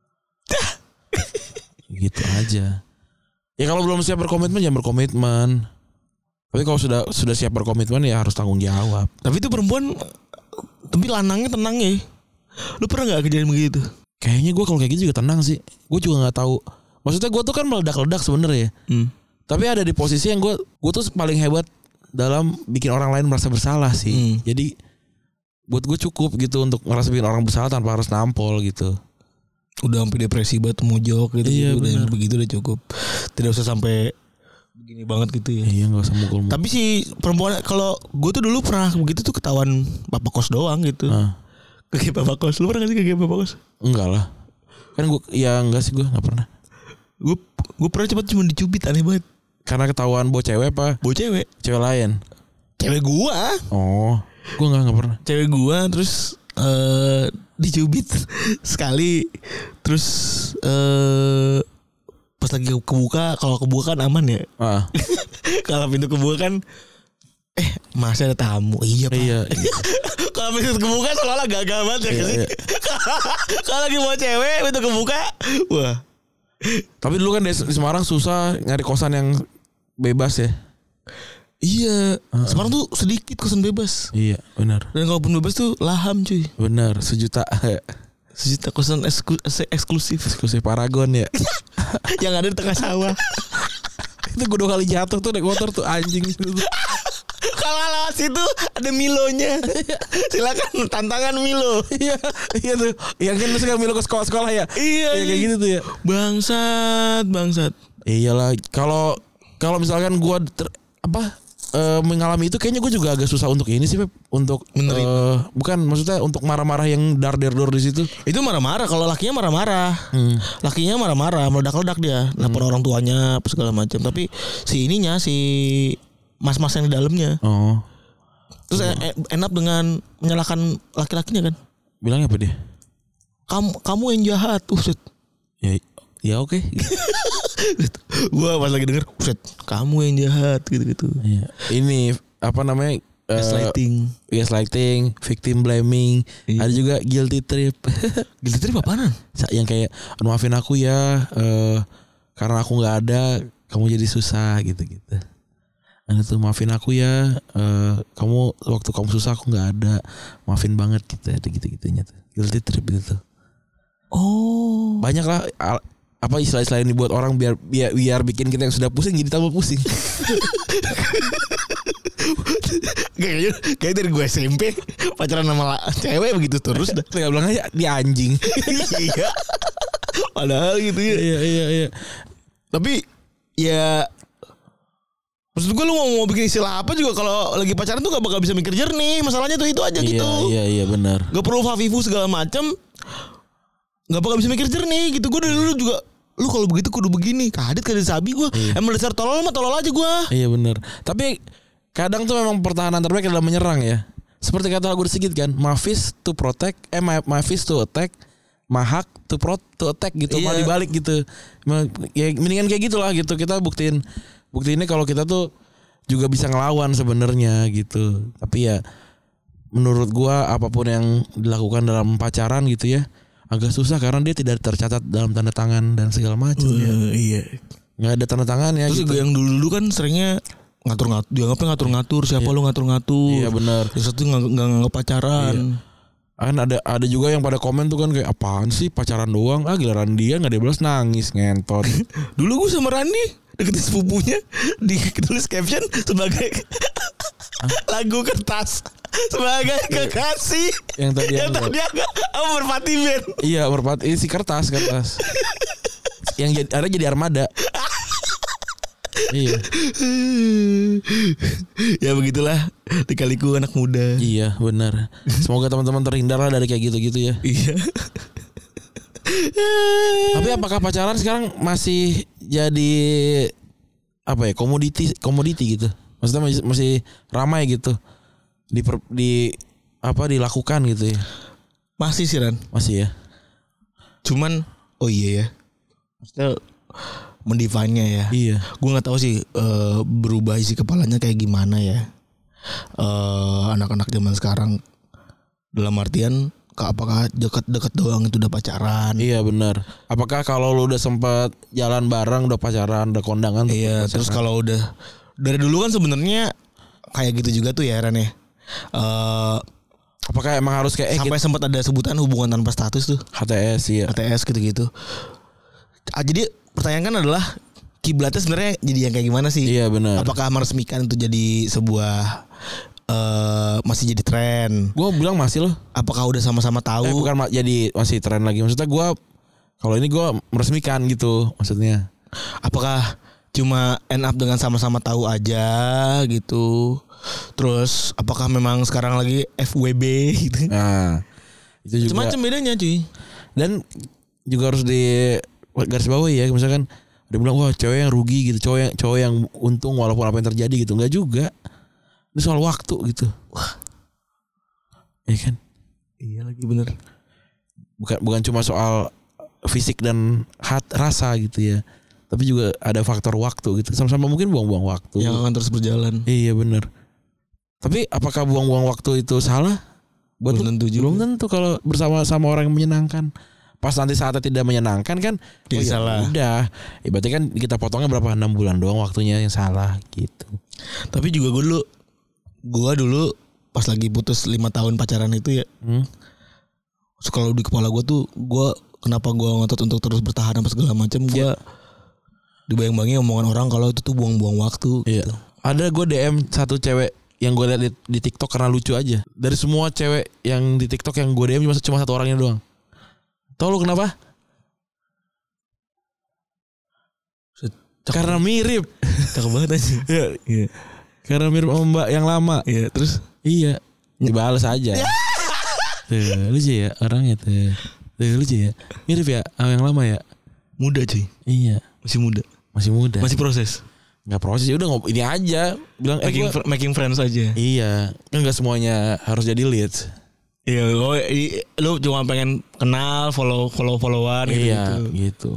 Gitu aja. Ya kalau belum siap berkomitmen jangan berkomitmen. Tapi kalau sudah sudah siap berkomitmen ya harus tanggung jawab. Tapi itu perempuan, tapi lanangnya tenang ya. Lu pernah nggak kejadian begitu? Kayaknya gue kalau kayak gitu juga tenang sih. Gue juga nggak tahu. Maksudnya gue tuh kan meledak-ledak sebenarnya. Hmm. Tapi ada di posisi yang gue gue tuh paling hebat dalam bikin orang lain merasa bersalah sih. Hmm. Jadi buat gue cukup gitu untuk merasa bikin orang bersalah tanpa harus nampol gitu. Udah sampai depresi banget mojok gitu. Iya, gitu. Udah begitu udah cukup. Tidak usah sampai begini banget gitu ya. Iya gak usah mukul. Tapi si perempuan kalau gue tuh dulu pernah begitu tuh ketahuan bapak kos doang gitu. Ah. Kaki bapak kos. Lu pernah gak sih kaki bapak kos? Enggak lah. Kan gue ya enggak sih gue gak pernah. Gue gue pernah cepet cuma dicubit aneh banget. Karena ketahuan bawa cewek apa? Bawa cewek. Cewek lain. Cewek gua. Oh. Gue gak gak pernah. Cewek gua terus uh, dicubit sekali. Terus eh uh, pas lagi kebuka, kalau kebuka kan aman ya. Ah. Kalau pintu kebuka kan, eh masih ada tamu. Iya pak. Iya. Kalau pintu kebuka seolah-olah gagal banget ya. Iya, iya. Kalau lagi mau cewek pintu kebuka, wah. Tapi dulu kan di Semarang susah nyari kosan yang bebas ya. Iya. Uh-uh. Semarang tuh sedikit kosan bebas. Iya benar. Dan kalaupun bebas tuh laham cuy. Benar, sejuta. Sejuta kosan eksku- eksklusif. Eksklusif Paragon ya. Yang ada di tengah sawah. Itu gue dua kali jatuh tuh naik motor tuh anjing. Kalau lewat situ ada Milonya. Silakan tantangan Milo. Iya, iya tuh. Yang kan suka Milo ke sekolah-sekolah ya. Iya, ya, kayak gitu tuh ya. Bangsat, bangsat. Iyalah, kalau kalau misalkan gue ter, apa Uh, mengalami itu kayaknya gue juga agak susah untuk ini sih Pep. Untuk uh, bukan maksudnya untuk marah-marah yang dar der dor di situ. Itu marah-marah kalau lakinya marah-marah. Hmm. Lakinya marah-marah, meledak-ledak dia, lapor hmm. orang tuanya apa segala macam. Tapi si ininya si mas-mas yang di dalamnya. Oh. Terus oh. end up dengan menyalahkan laki-lakinya kan. Bilangnya apa dia? Kamu kamu yang jahat. Uset. Ya ya oke. Okay. Gue pas lagi denger, uset, kamu yang jahat gitu-gitu. Iya. Ini apa namanya gaslighting, uh, gaslighting, victim blaming, iya. Ada juga guilty trip. Guilty trip apaan? Yang kayak maafin aku ya, uh, karena aku nggak ada, kamu jadi susah gitu-gitu. Ada tuh maafin aku ya, uh, kamu waktu kamu susah aku nggak ada, maafin banget gitu, ada gitu-gitunya tuh. Guilty trip itu. Oh, banyak lah. Al- apa istilah-istilah ini buat orang biar biar biar bikin kita yang sudah pusing jadi tambah pusing. Kayaknya kayak dari gue S M P pacaran sama cewek begitu terus dah. Tinggal bilang aja di anjing. Iya. Padahal gitu ya. Iya iya iya. Tapi ya maksud gue lu mau, mau bikin istilah apa juga kalau lagi pacaran tuh gak bakal bisa mikir jernih. Masalahnya tuh itu aja iya, gitu. Iya iya benar. Gak perlu fafifu segala macam. Gak bakal bisa mikir jernih gitu. Gue dari dulu juga lu kalau begitu kudu begini. Kadit kadit sabi gue. Iya. Emang dasar tolol mah tolol aja gue. Iya benar. Tapi kadang tuh memang pertahanan terbaik adalah menyerang ya. Seperti kata Lagu Sigit kan, my fist to protect, eh my, my fist to attack, my hack to pro to attack gitu, iya. Malah dibalik gitu. Ya mendingan kayak gitulah gitu. Kita buktiin buktiinnya kalau kita tuh juga bisa ngelawan sebenarnya gitu. Tapi ya menurut gua apapun yang dilakukan dalam pacaran gitu ya agak susah karena dia tidak tercatat dalam tanda tangan dan segala macam uh, ya. Iya. Nggak ada tanda tangan ya. Terus gitu. yang dulu-dulu kan seringnya ngatur-ngatur, dianggapnya ngatur-ngatur, siapa iya. Lu ngatur-ngatur. Iya benar. Yang satu nggak nganggap pacaran. Iya. Kan ada ada juga yang pada komen tuh kan kayak apaan sih pacaran doang, ah giliran dia nggak dibalas nangis ngentot. Dulu gue sama Randi deketin sepupunya ditulis caption sebagai lagu kertas sebagai kekasih yang tadi yang tadi agak oh, merpati band. Iya merpati ini si kertas kertas yang jadi ada jadi armada. Iya. Ya begitulah dikaliku anak muda. Iya benar. Semoga teman-teman terhindar lah dari kayak gitu-gitu ya. Iya. Tapi apakah pacaran sekarang masih jadi apa ya komoditi komoditi gitu? Maksudnya masih, masih ramai gitu di per, di apa dilakukan gitu ya? Masih sih Ran. Masih ya. Cuman oh iya ya. Maksudnya mendefine-nya ya. Iya. Gue nggak tahu sih uh, berubah isi kepalanya kayak gimana ya. Uh, anak-anak zaman sekarang dalam artian apakah dekat-dekat doang itu udah pacaran? Iya benar. Apakah kalau lu udah sempat jalan bareng udah pacaran, udah kondangan? Iya. Terus kalau udah dari dulu kan sebenarnya kayak gitu juga tuh ya Ran ya. Uh, apakah emang harus kayak eh, sampai sempat ada sebutan hubungan tanpa status tuh H T S ya. H T S gitu-gitu. Ah, jadi pertanyaan kan adalah kiblatnya sebenarnya jadi yang kayak gimana sih? Iya benar. Apakah meresmikan itu jadi sebuah uh, masih jadi tren? Gue bilang masih loh. Apakah udah sama-sama tahu? Eh, bukan ma- jadi masih tren lagi. Maksudnya gue kalau ini gue meresmikan gitu maksudnya. Apakah cuma end up dengan sama-sama tahu aja gitu? Terus apakah memang sekarang lagi F W B gitu? Nah itu juga. Macam-macam bedanya cuy. Dan juga harus di garis bawah ya, misalkan dia bilang wah cewek yang rugi gitu, cowok yang cowok yang untung walaupun apa yang terjadi gitu, enggak juga. Ini soal waktu gitu. Wah. Iya kan? Iya lagi bener. Bukan bukan cuma soal fisik dan hat, rasa gitu ya. Tapi juga ada faktor waktu gitu. Sama-sama mungkin buang-buang waktu. Yang akan terus berjalan. Iya bener. Tapi apakah buang-buang waktu itu salah? Buat belum tentu juga. Belum tentu kalau bersama sama orang yang menyenangkan. Pas nanti saatnya tidak menyenangkan kan oh ya salah. Udah ya berarti kan kita potongnya berapa enam bulan doang waktunya yang salah gitu. Tapi juga gue dulu Gue dulu pas lagi putus lima tahun pacaran itu ya hmm? Kalau di kepala gue tuh gue kenapa gue ngotot untuk terus bertahan apa segala macam. Gue yeah. dibayang-bayangi omongan orang kalau itu tuh buang-buang waktu. Iya. Gitu. Ada gue D M satu cewek yang gue lihat di, di TikTok karena lucu aja. Dari semua cewek yang di TikTok yang gue D M cuma, cuma satu orangnya doang. Tahu lu kenapa? Cek karena mirip. Cakep banget aja. Iya. Iya. Karena mirip sama Mbak yang lama. Iya, terus iya, dibalas aja. Tuh, lucu ya orangnya tuh. Tuh, lucu ya. Mirip ya sama yang lama ya. Muda cuy. Iya. Masih muda. Masih muda. Masih proses. Nggak proses ya udah ngop ini aja. Bilang making, eh, gua, fr- making friends aja. Iya. Kan nggak semuanya harus jadi leads. Iya, oh, i, lu cuma pengen kenal, follow, follow, followan gitu. Iya, gitu.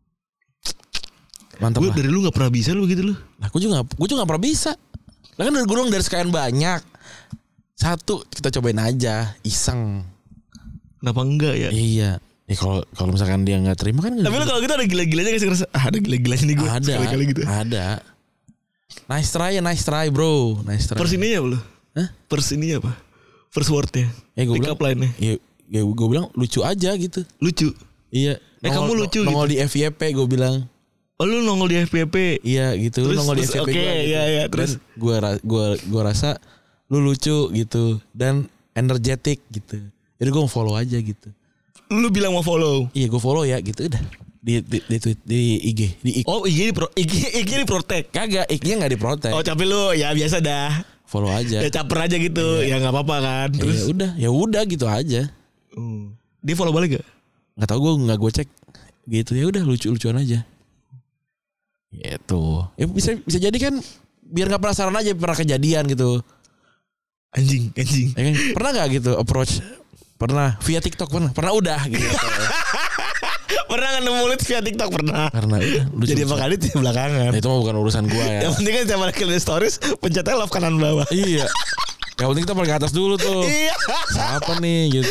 Mantap lah. Gue dari lu nggak pernah bisa lu gitu lu. Nah, gue juga, gue juga nggak pernah bisa. Lah kan dari gue dari sekian banyak. Satu kita cobain aja, iseng. Kenapa enggak ya? Iya. Ya kalau kalau misalkan dia nggak terima kan. Tapi lo kalau gitu ada gila-gilanya gak sih ngerasa ah, ada gila-gilanya nih gue. Ada. Sekali-kali gitu. Ada. Nice try ya, nice try bro, nice try. First ininya apa lo? Hah? First ininya apa? First wordnya. Ya gue Pick bilang. up line-nya. Ya, ya gue bilang lucu aja gitu. Lucu. Iya. Eh kamu lucu nongol gitu. di F Y P gue bilang. Oh lu nongol di F Y P. Iya gitu. Terus, lu nongol terus, di F Y P oke, gue. Gitu. iya, iya, terus gue gue gue rasa lu lucu gitu dan energetic gitu. Jadi gue mau follow aja gitu. Lu bilang mau follow. Iya gue follow ya gitu udah. Di di di, di, di I G di I G. Oh I G di pro, I G I G di protek. Kagak, I G-nya enggak diprotek. Oh tapi lu ya biasa dah. Follow aja. Ya caper aja gitu. Iya. Ya enggak apa-apa kan. Ya, Terus ya udah, ya udah gitu aja. Hmm. Dia follow balik gak? Nggak tahu gue nggak gue cek gitu ya udah lucu-lucuan aja. Gitu. Ya bisa bisa jadi kan biar nggak penasaran aja pernah kejadian gitu. Anjing, anjing. Ya kan? Pernah nggak gitu approach? Pernah via TikTok pernah? Pernah udah gitu. Pernah kan nemu mulut via TikTok pernah. Karena udah lucu. Jadi apa kali di belakangan. Nah, itu mah bukan urusan gua ya. Yang penting kan siapa lagi lihat stories pencetnya love kanan bawah. Iya. Yang penting kita paling atas dulu tuh. Iya. Siapa nih gitu.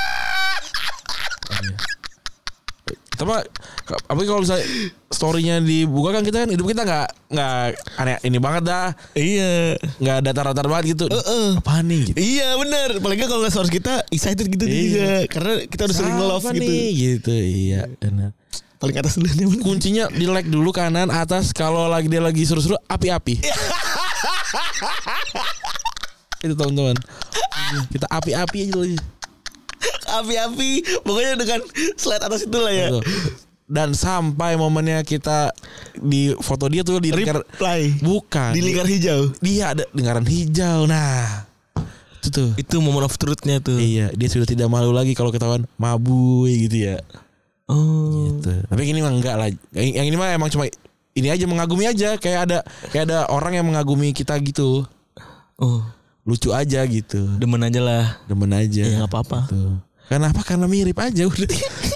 Tapi apa kalau misalnya story-nya dibuka kan kita kan hidup kita nggak nggak aneh ini banget dah. Iya. Nggak datar-datar banget gitu. Uh-uh. Apaan nih? Gitu. Iya benar. Paling nggak kalau nggak stories kita excited gitu Iya. juga. Karena kita udah sering nge-love Siapa gitu. nih? Gitu. Iya. Benar. Paling atas dulu nih. Kuncinya di like dulu kanan atas kalau lagi dia lagi seru-seru api-api. Itu teman-teman. Kita api-api aja dulu. Api-api. Pokoknya dengan slide atas itu lah ya. Betul. Dan sampai momennya kita di foto dia tuh di lingkar Reply. bukan Di lingkar hijau. dia ada lingkaran hijau. Nah itu tuh Itu moment of truth-nya tuh. iya dia sudah tidak malu lagi kalau ketahuan mabui gitu ya. Oh. Gitu. Tapi ini mah enggak lah. Yang ini mah emang cuma ini aja mengagumi aja kayak ada kayak ada orang yang mengagumi kita gitu. Oh. Lucu aja gitu. Demen aja lah. Demen aja. Ya nggak apa-apa. Gitu. Kenapa? Karena mirip aja udah.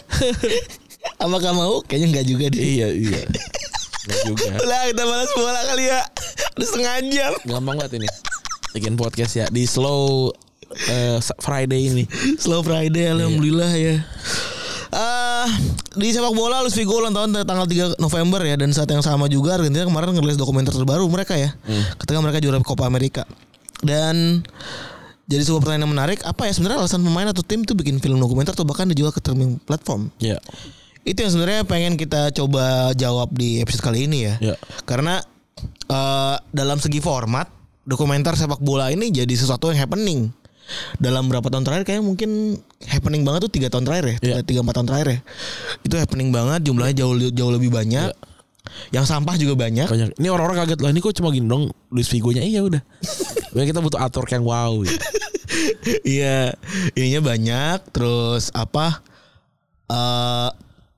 Apakah mau? Kayaknya enggak juga deh. Iya iya. Enggak juga. Udah kita balas bola kali ya. Udah setengah jam. Gampang banget ini. Bikin podcast ya di slow uh, Friday ini. Slow Friday alhamdulillah ya. Uh, di sepak bola Luis Figo ulang tahun tanggal tiga November ya. Dan saat yang sama juga Argentina kemarin ngerilis dokumenter terbaru mereka ya. hmm. Ketika mereka juara Copa America. Dan jadi sebuah pertanyaan yang menarik, apa ya sebenarnya alasan pemain atau tim itu bikin film dokumenter atau bahkan dijual ke streaming platform? Iya. Yeah. Itu yang sebenarnya pengen kita coba jawab di episode kali ini ya. Yeah. Karena uh, dalam segi format dokumenter sepak bola ini jadi sesuatu yang happening. Dalam berapa tahun terakhir kayak mungkin happening banget tuh tiga tahun terakhir ya, tiga empat tahun terakhir ya. Itu happening banget, jumlahnya jauh jauh lebih banyak. Yeah. Yang sampah juga banyak. Banyak. Ini orang-orang kaget lah. Ini kok cuma gini dong Luis Figo-nya. Iya udah. Kita butuh atur yang wow. Gitu. Iya, ininya banyak. Terus apa? Uh,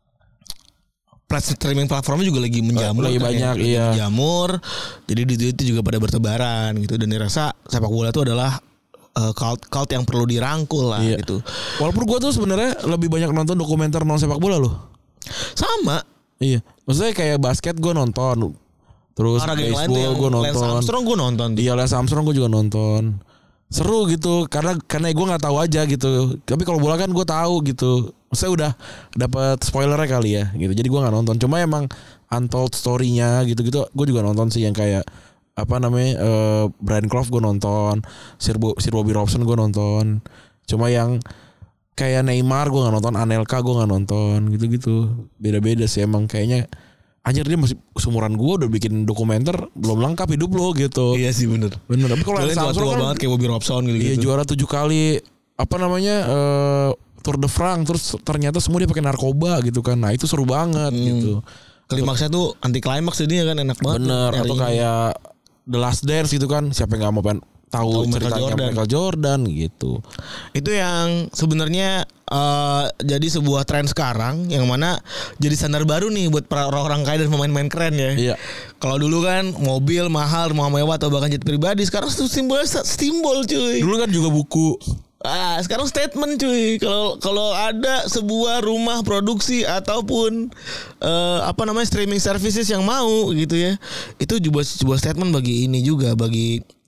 streaming platformnya juga lagi menjamur. Lagi kan, banyak, ya? iya. Menjamur. Jadi di itu juga pada bertebaran gitu. Dan dirasa sepak bola itu adalah uh, cult cult yang perlu dirangkul lah iya. gitu. Walaupun gue tuh sebenarnya lebih banyak nonton dokumenter non sepak bola loh. Sama. Iya. Maksudnya kayak basket gue nonton. Terus baseball gue nonton. Lance Armstrong gue nonton. Tuh. Iya Lance Armstrong gue juga nonton. Seru gitu karena karena gue nggak tahu aja gitu. Tapi kalau bola kan gue tahu gitu. Maksudnya udah dapat spoilernya kali ya gitu. Jadi gue nggak nonton. Cuma emang untold story-nya gitu-gitu. Gue juga nonton sih yang kayak apa namanya uh, Brian Clough gue nonton. Sir, Bo, Sir Bobby Robson gue nonton. Cuma yang kayak Neymar gue nggak nonton. Anelka gue nggak nonton gitu-gitu. Beda-beda sih emang kayaknya. Anjir dia masih seumuran gue udah bikin dokumenter belum lengkap hidup lo gitu. Iya sih bener. Bener. Tapi kalau Lance Armstrong kan banget kayak Bobby Robson gitu. Iya juara tujuh kali apa namanya uh, Tour de France terus ternyata semua dia pakai narkoba gitu kan. Nah itu seru banget hmm. gitu. Klimaksnya tuh anti klimaks jadinya kan enak banget. Bener. Tuh, atau kayak The Last Dance gitu kan. Siapa yang nggak mau pengen tahu ceritanya Michael Jordan. Michael Jordan gitu. Itu yang sebenarnya uh, jadi sebuah tren sekarang yang mana jadi standar baru nih buat para orang-orang kaya dan pemain-pemain keren ya. Iya. Kalau dulu kan mobil mahal, rumah mewah atau bahkan jet pribadi, sekarang itu simbolnya simbol cuy. Dulu kan juga buku. Ah, sekarang statement cuy. Kalau kalau ada sebuah rumah produksi ataupun uh, apa namanya streaming services yang mau gitu ya, itu juga sebuah statement bagi ini juga bagi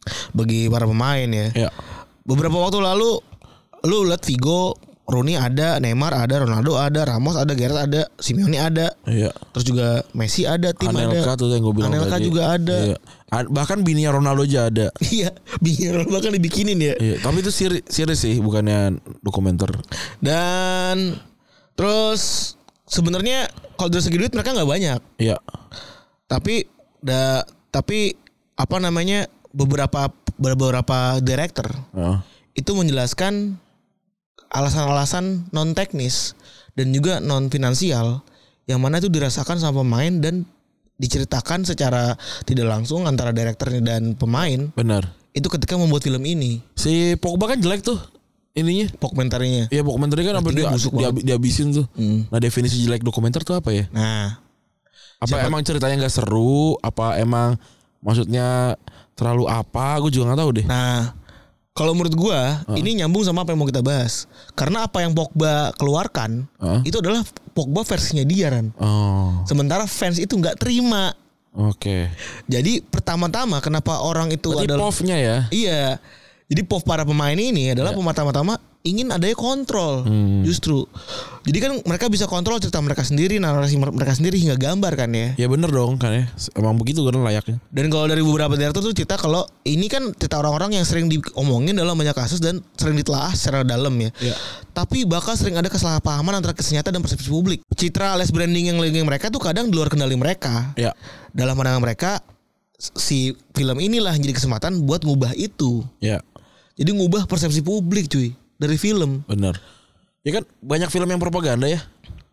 bagi para pemain ya. Ya. Beberapa waktu lalu lu lihat Figo, Rooney ada, Neymar ada, Ronaldo ada, Ramos ada, Gerrard ada, Simeone ada. Iya. Terus juga Messi ada, tim Anelka ada. tuh yang gue bilang Anelka tadi. juga ada. Iya. Bahkan bininya Ronaldo aja ada. Iya, bininya bahkan dibikinin ya. Iya, tapi itu seri, seri sih, bukannya dokumenter. Dan terus sebenarnya kalau dari segi duit mereka nggak banyak. Iya. Tapi da, tapi apa namanya beberapa beberapa director Uh. itu menjelaskan alasan-alasan non teknis dan juga non finansial yang mana itu dirasakan sama pemain dan diceritakan secara tidak langsung antara direkturnya dan pemain. Benar. Itu ketika membuat film ini. Si Pogba kan jelek tuh ininya. Dokumenternya. Iya, dokumenternya kan sampai dia, dia, dihabisin tuh. Hmm. Nah, definisi jelek dokumenter tuh apa ya? Nah, Apa siapa? emang ceritanya nggak seru? Apa emang maksudnya terlalu apa? Gue juga nggak tahu deh. Nah, kalau menurut gua uh. ini nyambung sama apa yang mau kita bahas. Karena apa yang Pogba keluarkan uh. itu adalah Pogba versinya dia kan. Oh. Sementara fans itu nggak terima. Oke. Okay. Jadi pertama-tama kenapa orang itu berarti adalah P O V-nya ya? Iya. Jadi P O V para pemain ini adalah ya. pertama-tama ingin adanya kontrol. Hmm. Justru. Jadi kan mereka bisa kontrol cerita mereka sendiri, narasi mereka sendiri hingga gambar kan ya. Ya bener dong kan ya. Emang begitu kan layaknya. Dan kalau dari beberapa daerah tuh cerita kalau ini kan cerita orang-orang yang sering diomongin dalam banyak kasus dan sering ditelaah secara dalam ya. Ya. Tapi bakal sering ada kesalahpahaman antara kesehatan dan persepsi publik. Citra alias branding yang lagi mereka tuh kadang di luar kendali mereka. Ya. Dalam pandangan mereka si film inilah yang jadi kesempatan buat ngubah itu. Ya. Jadi ngubah persepsi publik cuy dari film. Bener. Ya kan banyak film yang propaganda ya.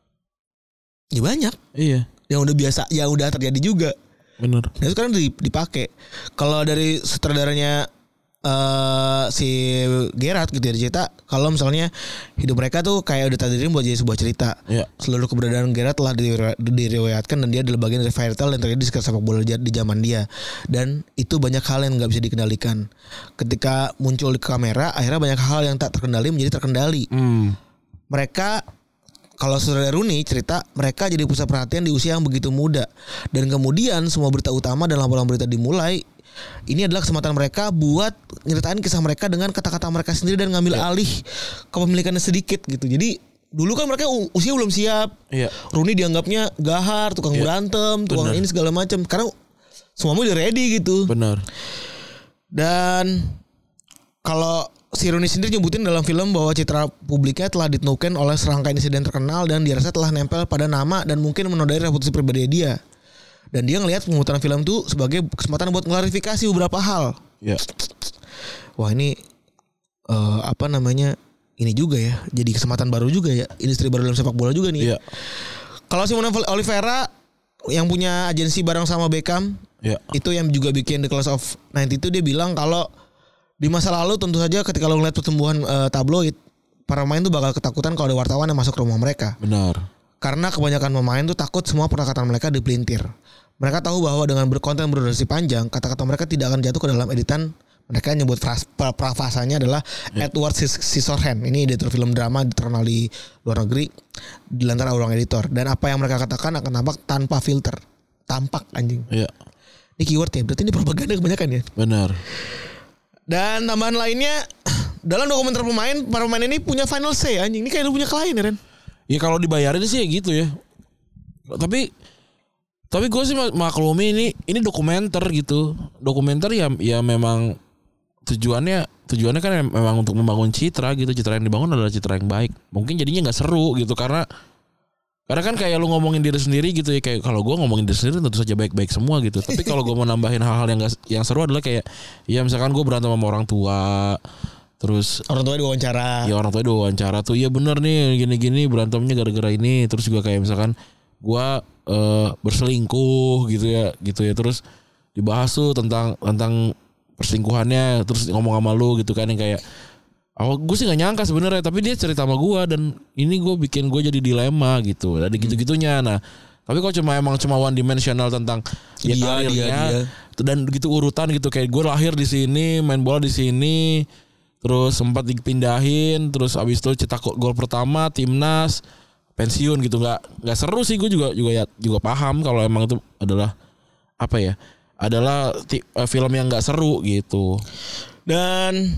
Ya banyak. Iya. Yang udah biasa, yang udah terjadi juga. Bener. Nah itu sekarang dipakai. Kalau dari sutradaranya uh, si Gerrard gitu ya cerita, kalau misalnya hidup mereka tuh kayak udah takdirin buat jadi sebuah cerita. Ya. Seluruh keberadaan Gerrard telah diriwayatkan dan dia adalah bagian dari fairy tale yang terjadi di sepak bola di zaman dia. Dan itu banyak hal yang nggak bisa dikendalikan. Ketika muncul di kamera, akhirnya banyak hal yang tak terkendali menjadi terkendali. Hmm. Mereka kalau saudara Rooney cerita mereka jadi pusat perhatian di usia yang begitu muda dan kemudian semua berita utama dan laporan berita dimulai. Ini adalah kesempatan mereka buat nyeritain kisah mereka dengan kata-kata mereka sendiri dan ngambil ya. alih kepemilikannya sedikit gitu. Jadi dulu kan mereka usia belum siap. Ya. Rooney dianggapnya gahar, tukang ya. berantem, tukang Bener. ini segala macam. Karena semuanya udah ready gitu. Benar. Dan kalau si Rooney sendiri nyebutin dalam film bahwa citra publiknya telah ditentukan oleh serangkaian insiden terkenal dan dirasa telah nempel pada nama dan mungkin menodai reputasi pribadi dia. Dan dia ngelihat pemutaran film itu sebagai kesempatan buat klarifikasi beberapa hal. Ya. Wah ini uh, apa namanya ini juga ya, jadi kesempatan baru juga ya, industri baru dalam sepak bola juga nih. Ya. Kalau Simone Oliveira yang punya agensi bareng sama Beckham, ya. itu yang juga bikin The Class of sembilan puluh, dia bilang kalau di masa lalu tentu saja ketika lo ngeliat pertumbuhan uh, tabloid, para pemain tuh bakal ketakutan kalau ada wartawan yang masuk ke rumah mereka. Benar. Karena kebanyakan pemain tuh takut semua perkataan mereka dipelintir. Mereka tahu bahwa dengan berkonten berdurasi panjang, kata-kata mereka tidak akan jatuh ke dalam editan. Mereka nyebut fras, prafasanya adalah yeah. Edward Scissorhands. Ini editor film drama terkenal di luar negeri, dilantar orang editor. Dan apa yang mereka katakan akan tampak tanpa filter. Tampak anjing. Iya. Yeah. Ini keyword ya, berarti ini propaganda kebanyakan ya. Benar. Dan tambahan lainnya, dalam dokumenter pemain, para pemain ini punya final say anjing. Ini kayak lu punya klien ya Ren. Ya kalau dibayarin sih ya gitu ya. Tapi tapi gue sih maklumi ini ini dokumenter gitu. Dokumenter ya ya memang tujuannya tujuannya kan memang untuk membangun citra gitu. Citra yang dibangun adalah citra yang baik. Mungkin jadinya nggak seru gitu karena karena kan kayak lu ngomongin diri sendiri gitu ya, kayak kalau gue ngomongin diri sendiri tentu saja baik-baik semua gitu. Tapi kalau gue mau nambahin hal-hal yang gak, yang seru adalah kayak ya misalkan gue berantem sama orang tua, terus orang tua diwawancara. Ya orang tua diwawancara tuh, iya bener nih gini-gini berantemnya gara-gara ini. Terus juga kayak misalkan gue uh, berselingkuh gitu ya, gitu ya. Terus dibahas tuh tentang tentang perselingkuhannya, terus ngomong sama lu gitu kan yang kayak awal gue sih gak nyangka sebenarnya, tapi dia cerita sama gue dan ini gue bikin gue jadi dilema gitu. Dari hmm. gitu-gitunya. Nah, tapi kok cuma emang cuma one dimensional tentang ya dia, karirnya dia, dia. dan gitu urutan gitu kayak gue lahir di sini, main bola di sini, terus sempat dipindahin, terus abis itu cetak gol pertama timnas, pensiun gitu. Nggak nggak seru sih. Gue juga juga ya juga paham kalau emang itu adalah apa ya adalah ti- uh, film yang nggak seru gitu. Dan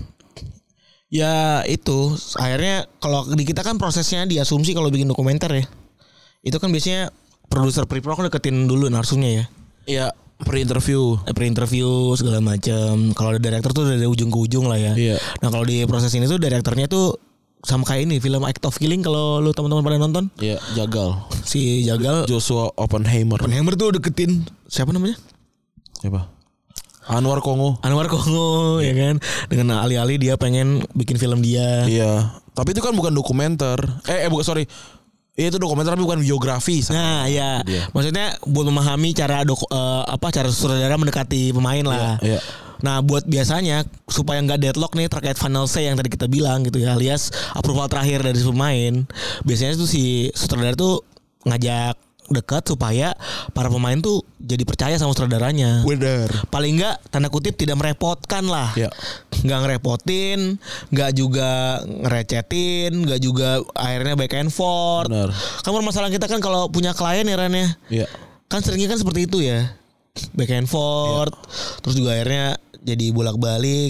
ya itu akhirnya kalau di kita kan prosesnya diasumsi kalau bikin dokumenter ya. Itu kan biasanya produser pre-pro kan deketin dulu narsumnya ya. Iya, pre-interview. Pre-interview segala macam. Kalau ada director tuh dari ujung ke ujung lah ya. Iya. Nah kalau di proses ini tuh directornya tuh sama kayak ini film Act of Killing kalau lu teman-teman pada nonton. Iya, Jagal. Si Jagal Joshua Oppenheimer. Oppenheimer tuh deketin siapa namanya? Siapa? Anwar Kongo. Anwar Kongo ya kan. Dengan alih-alih dia pengen bikin film dia. Iya. Tapi itu kan bukan dokumenter. Eh, eh bukan sorry. Iya itu dokumenter tapi bukan biografi. Nah, ya. Dia. Maksudnya buat memahami cara dok, uh, apa cara sutradara mendekati pemain lah. Iya, iya. Nah, buat biasanya supaya nggak deadlock nih terkait final say yang tadi kita bilang gitu ya, alias approval terakhir dari pemain. Biasanya tuh si sutradara tuh ngajak dekat supaya para pemain tuh jadi percaya sama sutradaranya. Benar. Paling nggak tanda kutip tidak merepotkan lah. Ya. Nggak ngerepotin, nggak juga ngerecetin, nggak juga akhirnya back and forth. Benar. Kan permasalahan kita kan kalau punya klien ya Ran ya. Iya. Kan seringnya kan seperti itu ya. Back and forth. Ya. Terus juga akhirnya jadi bolak-balik.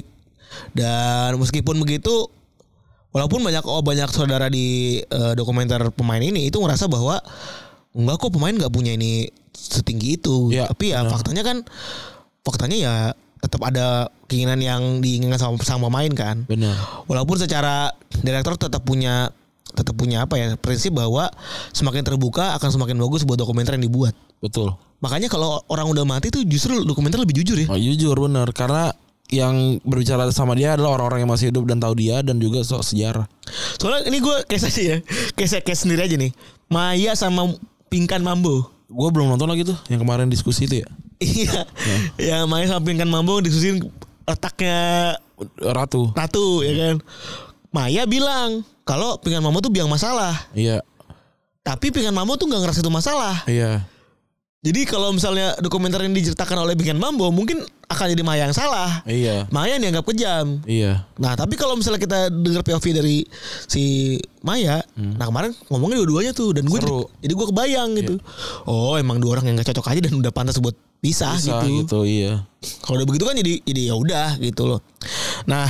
Dan meskipun begitu, walaupun banyak oh banyak saudara di uh, dokumenter pemain ini itu ngerasa bahwa enggak kok pemain nggak punya ini setinggi itu. Ya, tapi ya benar. faktanya kan faktanya ya tetap ada keinginan yang diinginkan sama, sama pemain kan. Benar. Walaupun secara direktur tetap punya tetap punya apa ya prinsip bahwa semakin terbuka akan semakin bagus sebuah dokumenter yang dibuat. Betul. Makanya kalau orang udah mati tuh justru dokumenter lebih jujur ya. Oh, jujur benar karena yang berbicara sama dia adalah orang-orang yang masih hidup dan tahu dia dan juga soal sejarah. Soalnya ini gue case aja ya, case case sendiri aja nih. Maya sama Pinkan Mambo. Gue belum nonton lagi tuh yang kemarin diskusi itu ya. Iya. Ya. Ya Maya sama Pinkan Mambo diskusiin letaknya Ratu. Ratu ya kan. Maya bilang kalau Pinkan Mambo tuh biang masalah. Iya. Tapi Pinkan Mambo tuh nggak ngerasa itu masalah. Iya. Jadi kalau misalnya dokumenter yang diceritakan oleh Pinkan Mambo mungkin akan jadi Maya yang salah. Iya. Maya yang dianggap kejam. Iya. Nah tapi kalau misalnya kita dengar P O V dari si Maya, hmm. nah kemarin ngomongnya dua-duanya tuh dan gue jadi, jadi gue kebayang gitu. Iya. Oh emang dua orang yang nggak cocok aja dan udah pantas buat pisah, pisah gitu. gitu. Iya. Kalau udah begitu kan jadi jadi ya udah gitu loh. Nah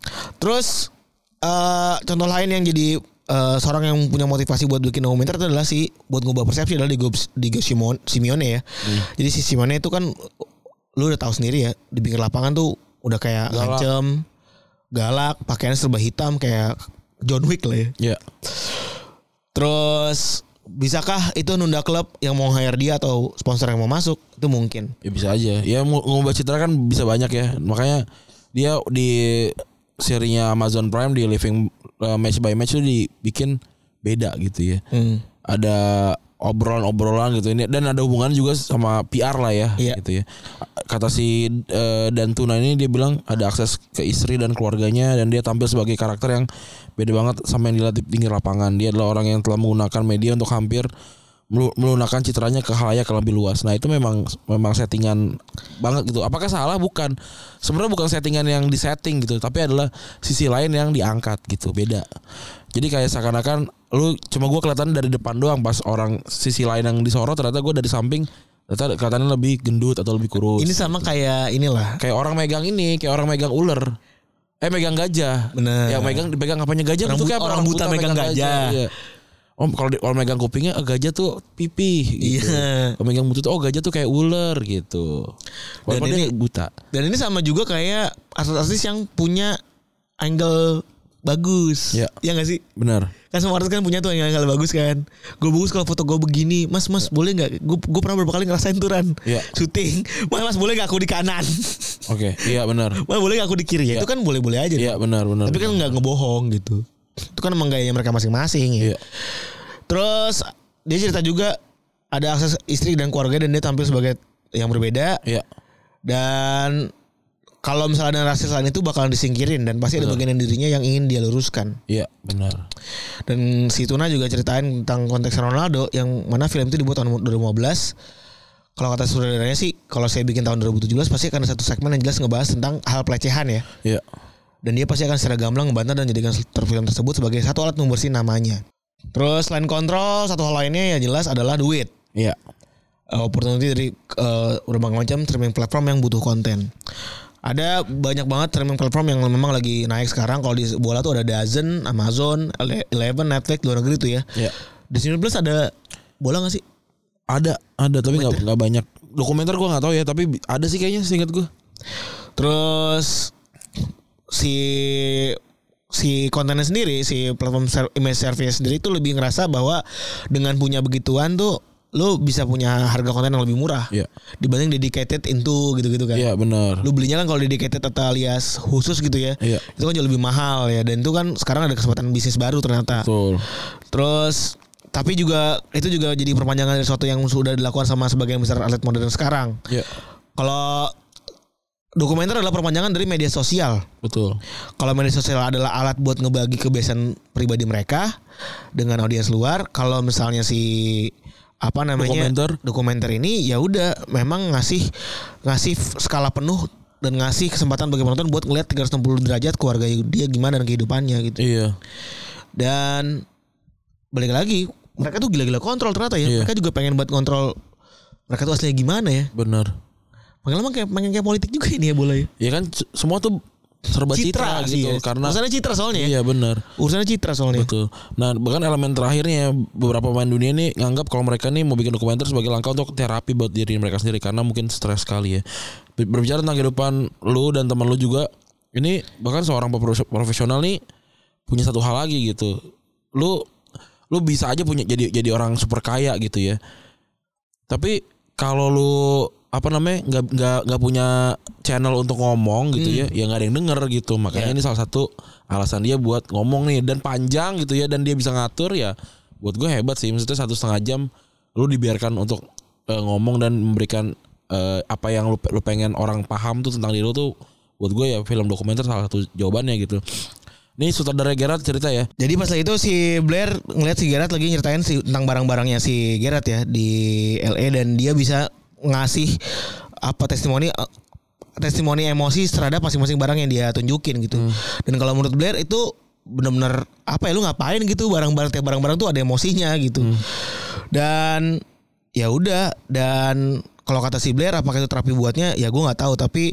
terus uh, contoh lain yang jadi Uh, seorang yang punya motivasi buat bikin dokumenter itu adalah si buat ngubah persepsi adalah Diego, Diego Simone, Simeone ya. Hmm. Jadi si Simeone itu kan lu udah tahu sendiri ya di pinggir lapangan tuh udah kayak galak. ngancem, galak, pakaiannya serba hitam kayak John Wick lah ya. Yeah. Terus bisakah itu nunda klub yang mau hire dia atau sponsor yang mau masuk? Itu mungkin. Ya bisa aja. Ya ngubah citra kan bisa banyak ya. Makanya dia di serinya Amazon Prime di Living uh, Match by Match itu dibikin beda gitu ya. Hmm. Ada obrolan-obrolan gitu ini dan ada hubungan juga sama P R lah ya, iya. gitu ya. Kata si uh, Dantuna ini dia bilang ada akses ke istri dan keluarganya dan dia tampil sebagai karakter yang beda banget sama yang dilatih pinggir lapangan. Dia adalah orang yang telah menggunakan media untuk hampir melunakkan citranya ke khalayak yang lebih luas. Nah itu memang memang settingan banget gitu. Apakah salah? Bukan. Sebenarnya bukan settingan yang disetting gitu, tapi adalah sisi lain yang diangkat gitu. Beda. Jadi kayak seakan-akan lu cuma gue kelihatan dari depan doang, pas orang sisi lain yang disorot ternyata gue dari samping ternyata kelihatannya lebih gendut atau lebih kurus. Ini sama gitu. Kayak inilah. Kayak orang megang ini, kayak orang megang ular. Eh megang gajah. Bener. Yang megang dipegang apanya gajah orang, itu kayak orang, orang buta, buta megang, megang gajah. gajah. Iya. Oh kalau kalau megang kupingnya gajah tuh pipi gitu. Iya. Kalau megang butut oh gajah tuh kayak ular gitu. Walaupun dan ini dia buta. Dan ini sama juga kayak artis-artis yang punya angle bagus. Ya. Iya enggak sih? Benar. Kan semua artis kan punya tuh angle bagus kan. Gue bagus kalau foto gue begini. Mas, mas ya. Boleh enggak? Gue gue pernah beberapa kali ngerasain turan. Ya. Syuting. Mas, mas boleh enggak aku di kanan? Oke, okay. Iya benar. Mas boleh enggak aku di kiri? Ya. Itu kan boleh-boleh aja. Iya, benar, benar. Tapi kan enggak ngebohong gitu. Itu kan emang gayanya mereka masing-masing ya. Iya. Terus dia cerita juga ada akses istri dan keluarga dan dia tampil sebagai yang berbeda. Iya. Dan kalau misalnya ada rasis lain itu bakalan disingkirin dan pasti benar. Ada bagian dirinya yang ingin dia luruskan. Iya, benar. Dan si Tuna juga ceritain tentang konteks Ronaldo yang mana film itu dibuat tahun dua ribu lima belas. Kalau kata saudaranya sih, kalau saya bikin tahun dua ribu tujuh belas pasti akan ada satu segmen yang jelas ngebahas tentang hal pelecehan ya. Iya. Dan dia pasti akan secara gamblang membantah dan jadikan film tersebut sebagai satu alat membersih namanya. Terus selain kontrol, satu hal lainnya yang jelas adalah duit. Iya. uh, opportunity dari uh, berbagai macam streaming platform yang butuh konten. Ada banyak banget streaming platform yang memang lagi naik sekarang. Kalau di bola tuh ada DAZN, Amazon, Eleven, Netflix, luar negeri tuh ya. Ya. Disney Plus ada bola nggak sih? Ada, ada tapi nggak nggak banyak. Dokumenter gue nggak tahu ya, tapi ada sih kayaknya seingat gue. Terus si si kontennya sendiri, si platform image service sendiri itu lebih ngerasa bahwa dengan punya begituan tuh lu bisa punya harga konten yang lebih murah yeah. dibanding dedicated into gitu-gitu kan. Iya yeah, benar. Lu belinya kan kalau dedicated atau alias khusus gitu ya. Yeah. Itu kan jauh lebih mahal ya, dan itu kan sekarang ada kesempatan bisnis baru ternyata. Betul. Terus tapi juga itu juga jadi perpanjangan dari sesuatu yang sudah dilakukan sama sebagian besar atlet modern sekarang. Iya. Yeah. Kalau dokumenter adalah perpanjangan dari media sosial. Betul. Kalau media sosial adalah alat buat ngebagi kebiasaan pribadi mereka dengan audiens luar. Kalau misalnya si apa namanya dokumenter, dokumenter ini ya udah memang ngasih ngasih skala penuh dan ngasih kesempatan bagi penonton buat ngeliat tiga ratus enam puluh derajat keluarga dia gimana dan kehidupannya gitu. Iya. Dan balik lagi mereka tuh gila-gila kontrol ternyata ya. Iya. Mereka juga pengen buat kontrol mereka tuh aslinya gimana ya. Benar. Makanya emang kayak pengen kayak politik juga ini ya bola ya. Iya kan semua tuh serba citra, citra gitu ya. Karena urusannya citra soalnya. Iya benar. Urusannya citra soalnya. Betul. Nah, bahkan elemen terakhirnya beberapa pemain dunia ini nganggap kalau mereka nih mau bikin dokumenter sebagai langkah untuk terapi buat diri mereka sendiri karena mungkin stres sekali ya. Berbicara tentang kehidupan lu dan teman lu juga, ini bahkan seorang profesional nih punya satu hal lagi gitu. Lu lu bisa aja punya jadi jadi orang super kaya gitu ya. Tapi kalau lu apa namanya nggak nggak nggak punya channel untuk ngomong gitu hmm. ya, ya nggak ada yang denger gitu. Makanya yeah. ini salah satu alasan dia buat ngomong nih, dan panjang gitu ya, dan dia bisa ngatur ya. Buat gue hebat sih, maksudnya satu setengah jam lu dibiarkan untuk uh, ngomong dan memberikan uh, apa yang lu, lu pengen orang paham tuh tentang diri lu tuh. Buat gue ya film dokumenter salah satu jawabannya gitu. Ini sutradara Gerard cerita ya. Jadi pas itu si Blair ngeliat si Gerard lagi nyeritain si, tentang barang-barangnya si Gerard ya di L A, dan dia bisa ngasih apa testimoni testimoni emosi terhadap masing-masing barang yang dia tunjukin gitu. Hmm. Dan kalau menurut Blair itu benar-benar apa ya, lu ngapain gitu, barang-barang tiap barang-barang tuh ada emosinya gitu. Hmm. Dan ya udah, dan kalau kata si Blair apakah itu terapi buatnya ya gue nggak tahu, tapi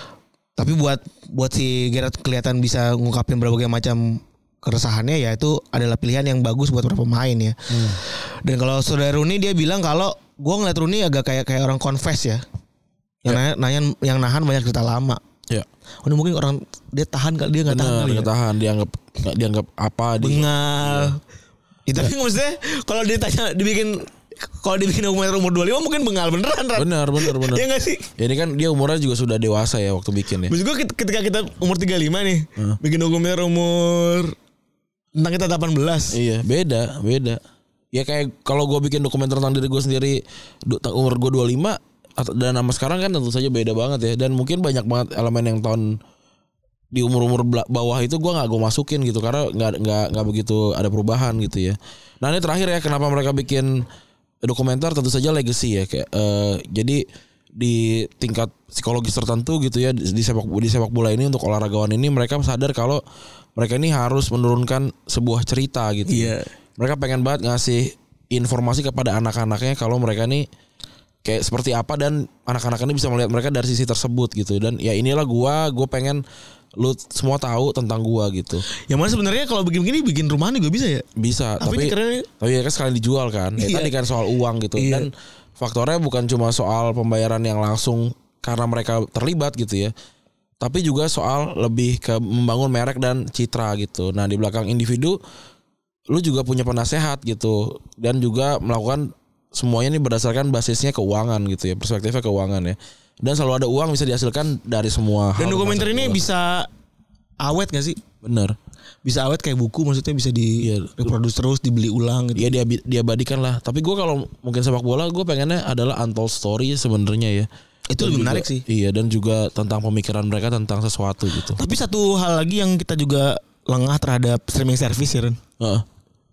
tapi buat buat si Gerard kelihatan bisa ngungkapin berbagai macam keresahannya, ya itu adalah pilihan yang bagus buat para pemain ya. Hmm. Dan kalau saudara Rooney dia bilang kalau gue ngeliat Rooney agak kayak kayak orang confess ya, yang yeah. nanya, nanya yang nahan banyak cerita lama. Ya. Yeah. Oh, mungkin orang dia tahan kali, dia nggak tahan kali. Dia tahan, dianggap nggak dianggap apa? Bengal. Ya. Itu tapi maksudnya kalau ditanya dibikin kalau dibikin umur umur dua puluh lima mungkin bengal beneran. Ran. Benar benar benar. Iya nggak sih? Ya ini kan dia umurnya juga sudah dewasa ya waktu bikin ya. Maksud gue ketika kita umur tiga puluh lima nih, hmm. bikin dokumenter umur tentang kita delapan belas. Iya, beda, beda. Ya kayak kalau gue bikin dokumenter tentang diri gue sendiri umur gue dua puluh lima dan sama sekarang kan tentu saja beda banget ya. Dan mungkin banyak banget elemen yang tahun di umur-umur bawah itu gue nggak gue masukin gitu karena nggak nggak nggak begitu ada perubahan gitu ya. Nah ini terakhir ya, kenapa mereka bikin dokumenter, tentu saja legacy ya kayak uh, jadi di tingkat psikologis tertentu gitu ya, di, di sepak di sepak bola ini untuk olahragawan ini mereka sadar kalau mereka ini harus menurunkan sebuah cerita gitu. Iya. Mereka pengen banget ngasih informasi kepada anak-anaknya kalau mereka ini kayak seperti apa, dan anak-anak ini bisa melihat mereka dari sisi tersebut gitu. Dan ya inilah gua, gua pengen lu semua tahu tentang gua gitu. Yang mana sebenarnya kalau begini-begini bikin rumahan juga bisa ya? Bisa, tapi tapi, tapi ya kan sekalian dijual kan. Ya, iya. Tadi kan soal uang gitu. Iya. Dan faktornya bukan cuma soal pembayaran yang langsung karena mereka terlibat gitu ya, tapi juga soal lebih ke membangun merek dan citra gitu. Nah di belakang individu lu juga punya penasehat gitu, dan juga melakukan semuanya ini berdasarkan basisnya keuangan gitu ya, perspektifnya keuangan ya. Dan selalu ada uang bisa dihasilkan dari semua hal. Dan dokumenter ini bisa awet gak sih? Bener. Bisa awet kayak buku, maksudnya bisa di ya, reproduce terus, dibeli ulang gitu. Iya dia diabadikan lah. Tapi gue kalau mungkin sepak bola, gue pengennya adalah untold story sebenarnya ya. Itu lebih menarik sih. Iya, dan juga tentang pemikiran mereka tentang sesuatu gitu. Tapi satu hal lagi yang kita juga lengah terhadap streaming service ya Ren. Uh.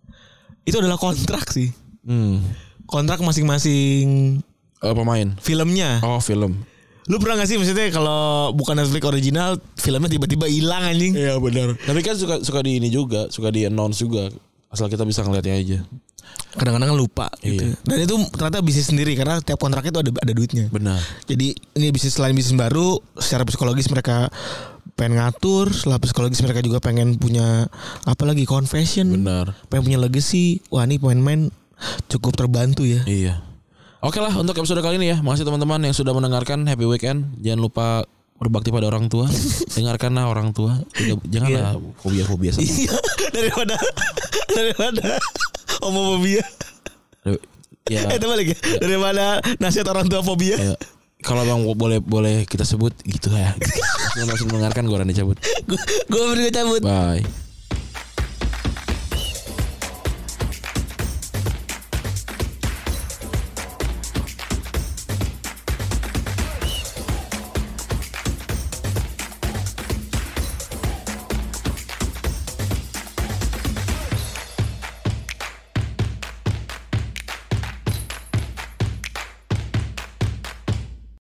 Itu adalah kontrak sih. Hmm. Kontrak masing-masing uh, pemain. Filmnya. Oh film. Lu pernah gak sih maksudnya kalau bukan Netflix original, filmnya tiba-tiba hilang anjing? Iya benar. Tapi kan suka suka di ini juga, suka di announce juga, asal kita bisa ngeliatnya aja. kadang-kadang lupa gitu. Iya. Dan itu ternyata bisnis sendiri karena tiap kontrak itu ada ada duitnya. Benar. Jadi ini bisnis selain bisnis baru, secara psikologis mereka pengen ngatur, setelah psikologis mereka juga pengen punya apa lagi confession. Benar. Pengen punya legacy. Wah, ini pemain-pemain cukup terbantu ya. Iya. Oke lah untuk episode kali ini ya. Makasih teman-teman yang sudah mendengarkan. Happy weekend. Jangan lupa berbakti pada orang tua. Dengarkanlah orang tua. Janganlah fobia-fobia sama. Iya, daripada daripada homofobia. Ya. Eh, teman lagi. Ya. Daripada nasihat orang tua fobia. Ya. Kalau bang boleh boleh kita sebut gitu ya. Langsung mendengarkan gue Randy cabut. Gue beri cabut. Bye.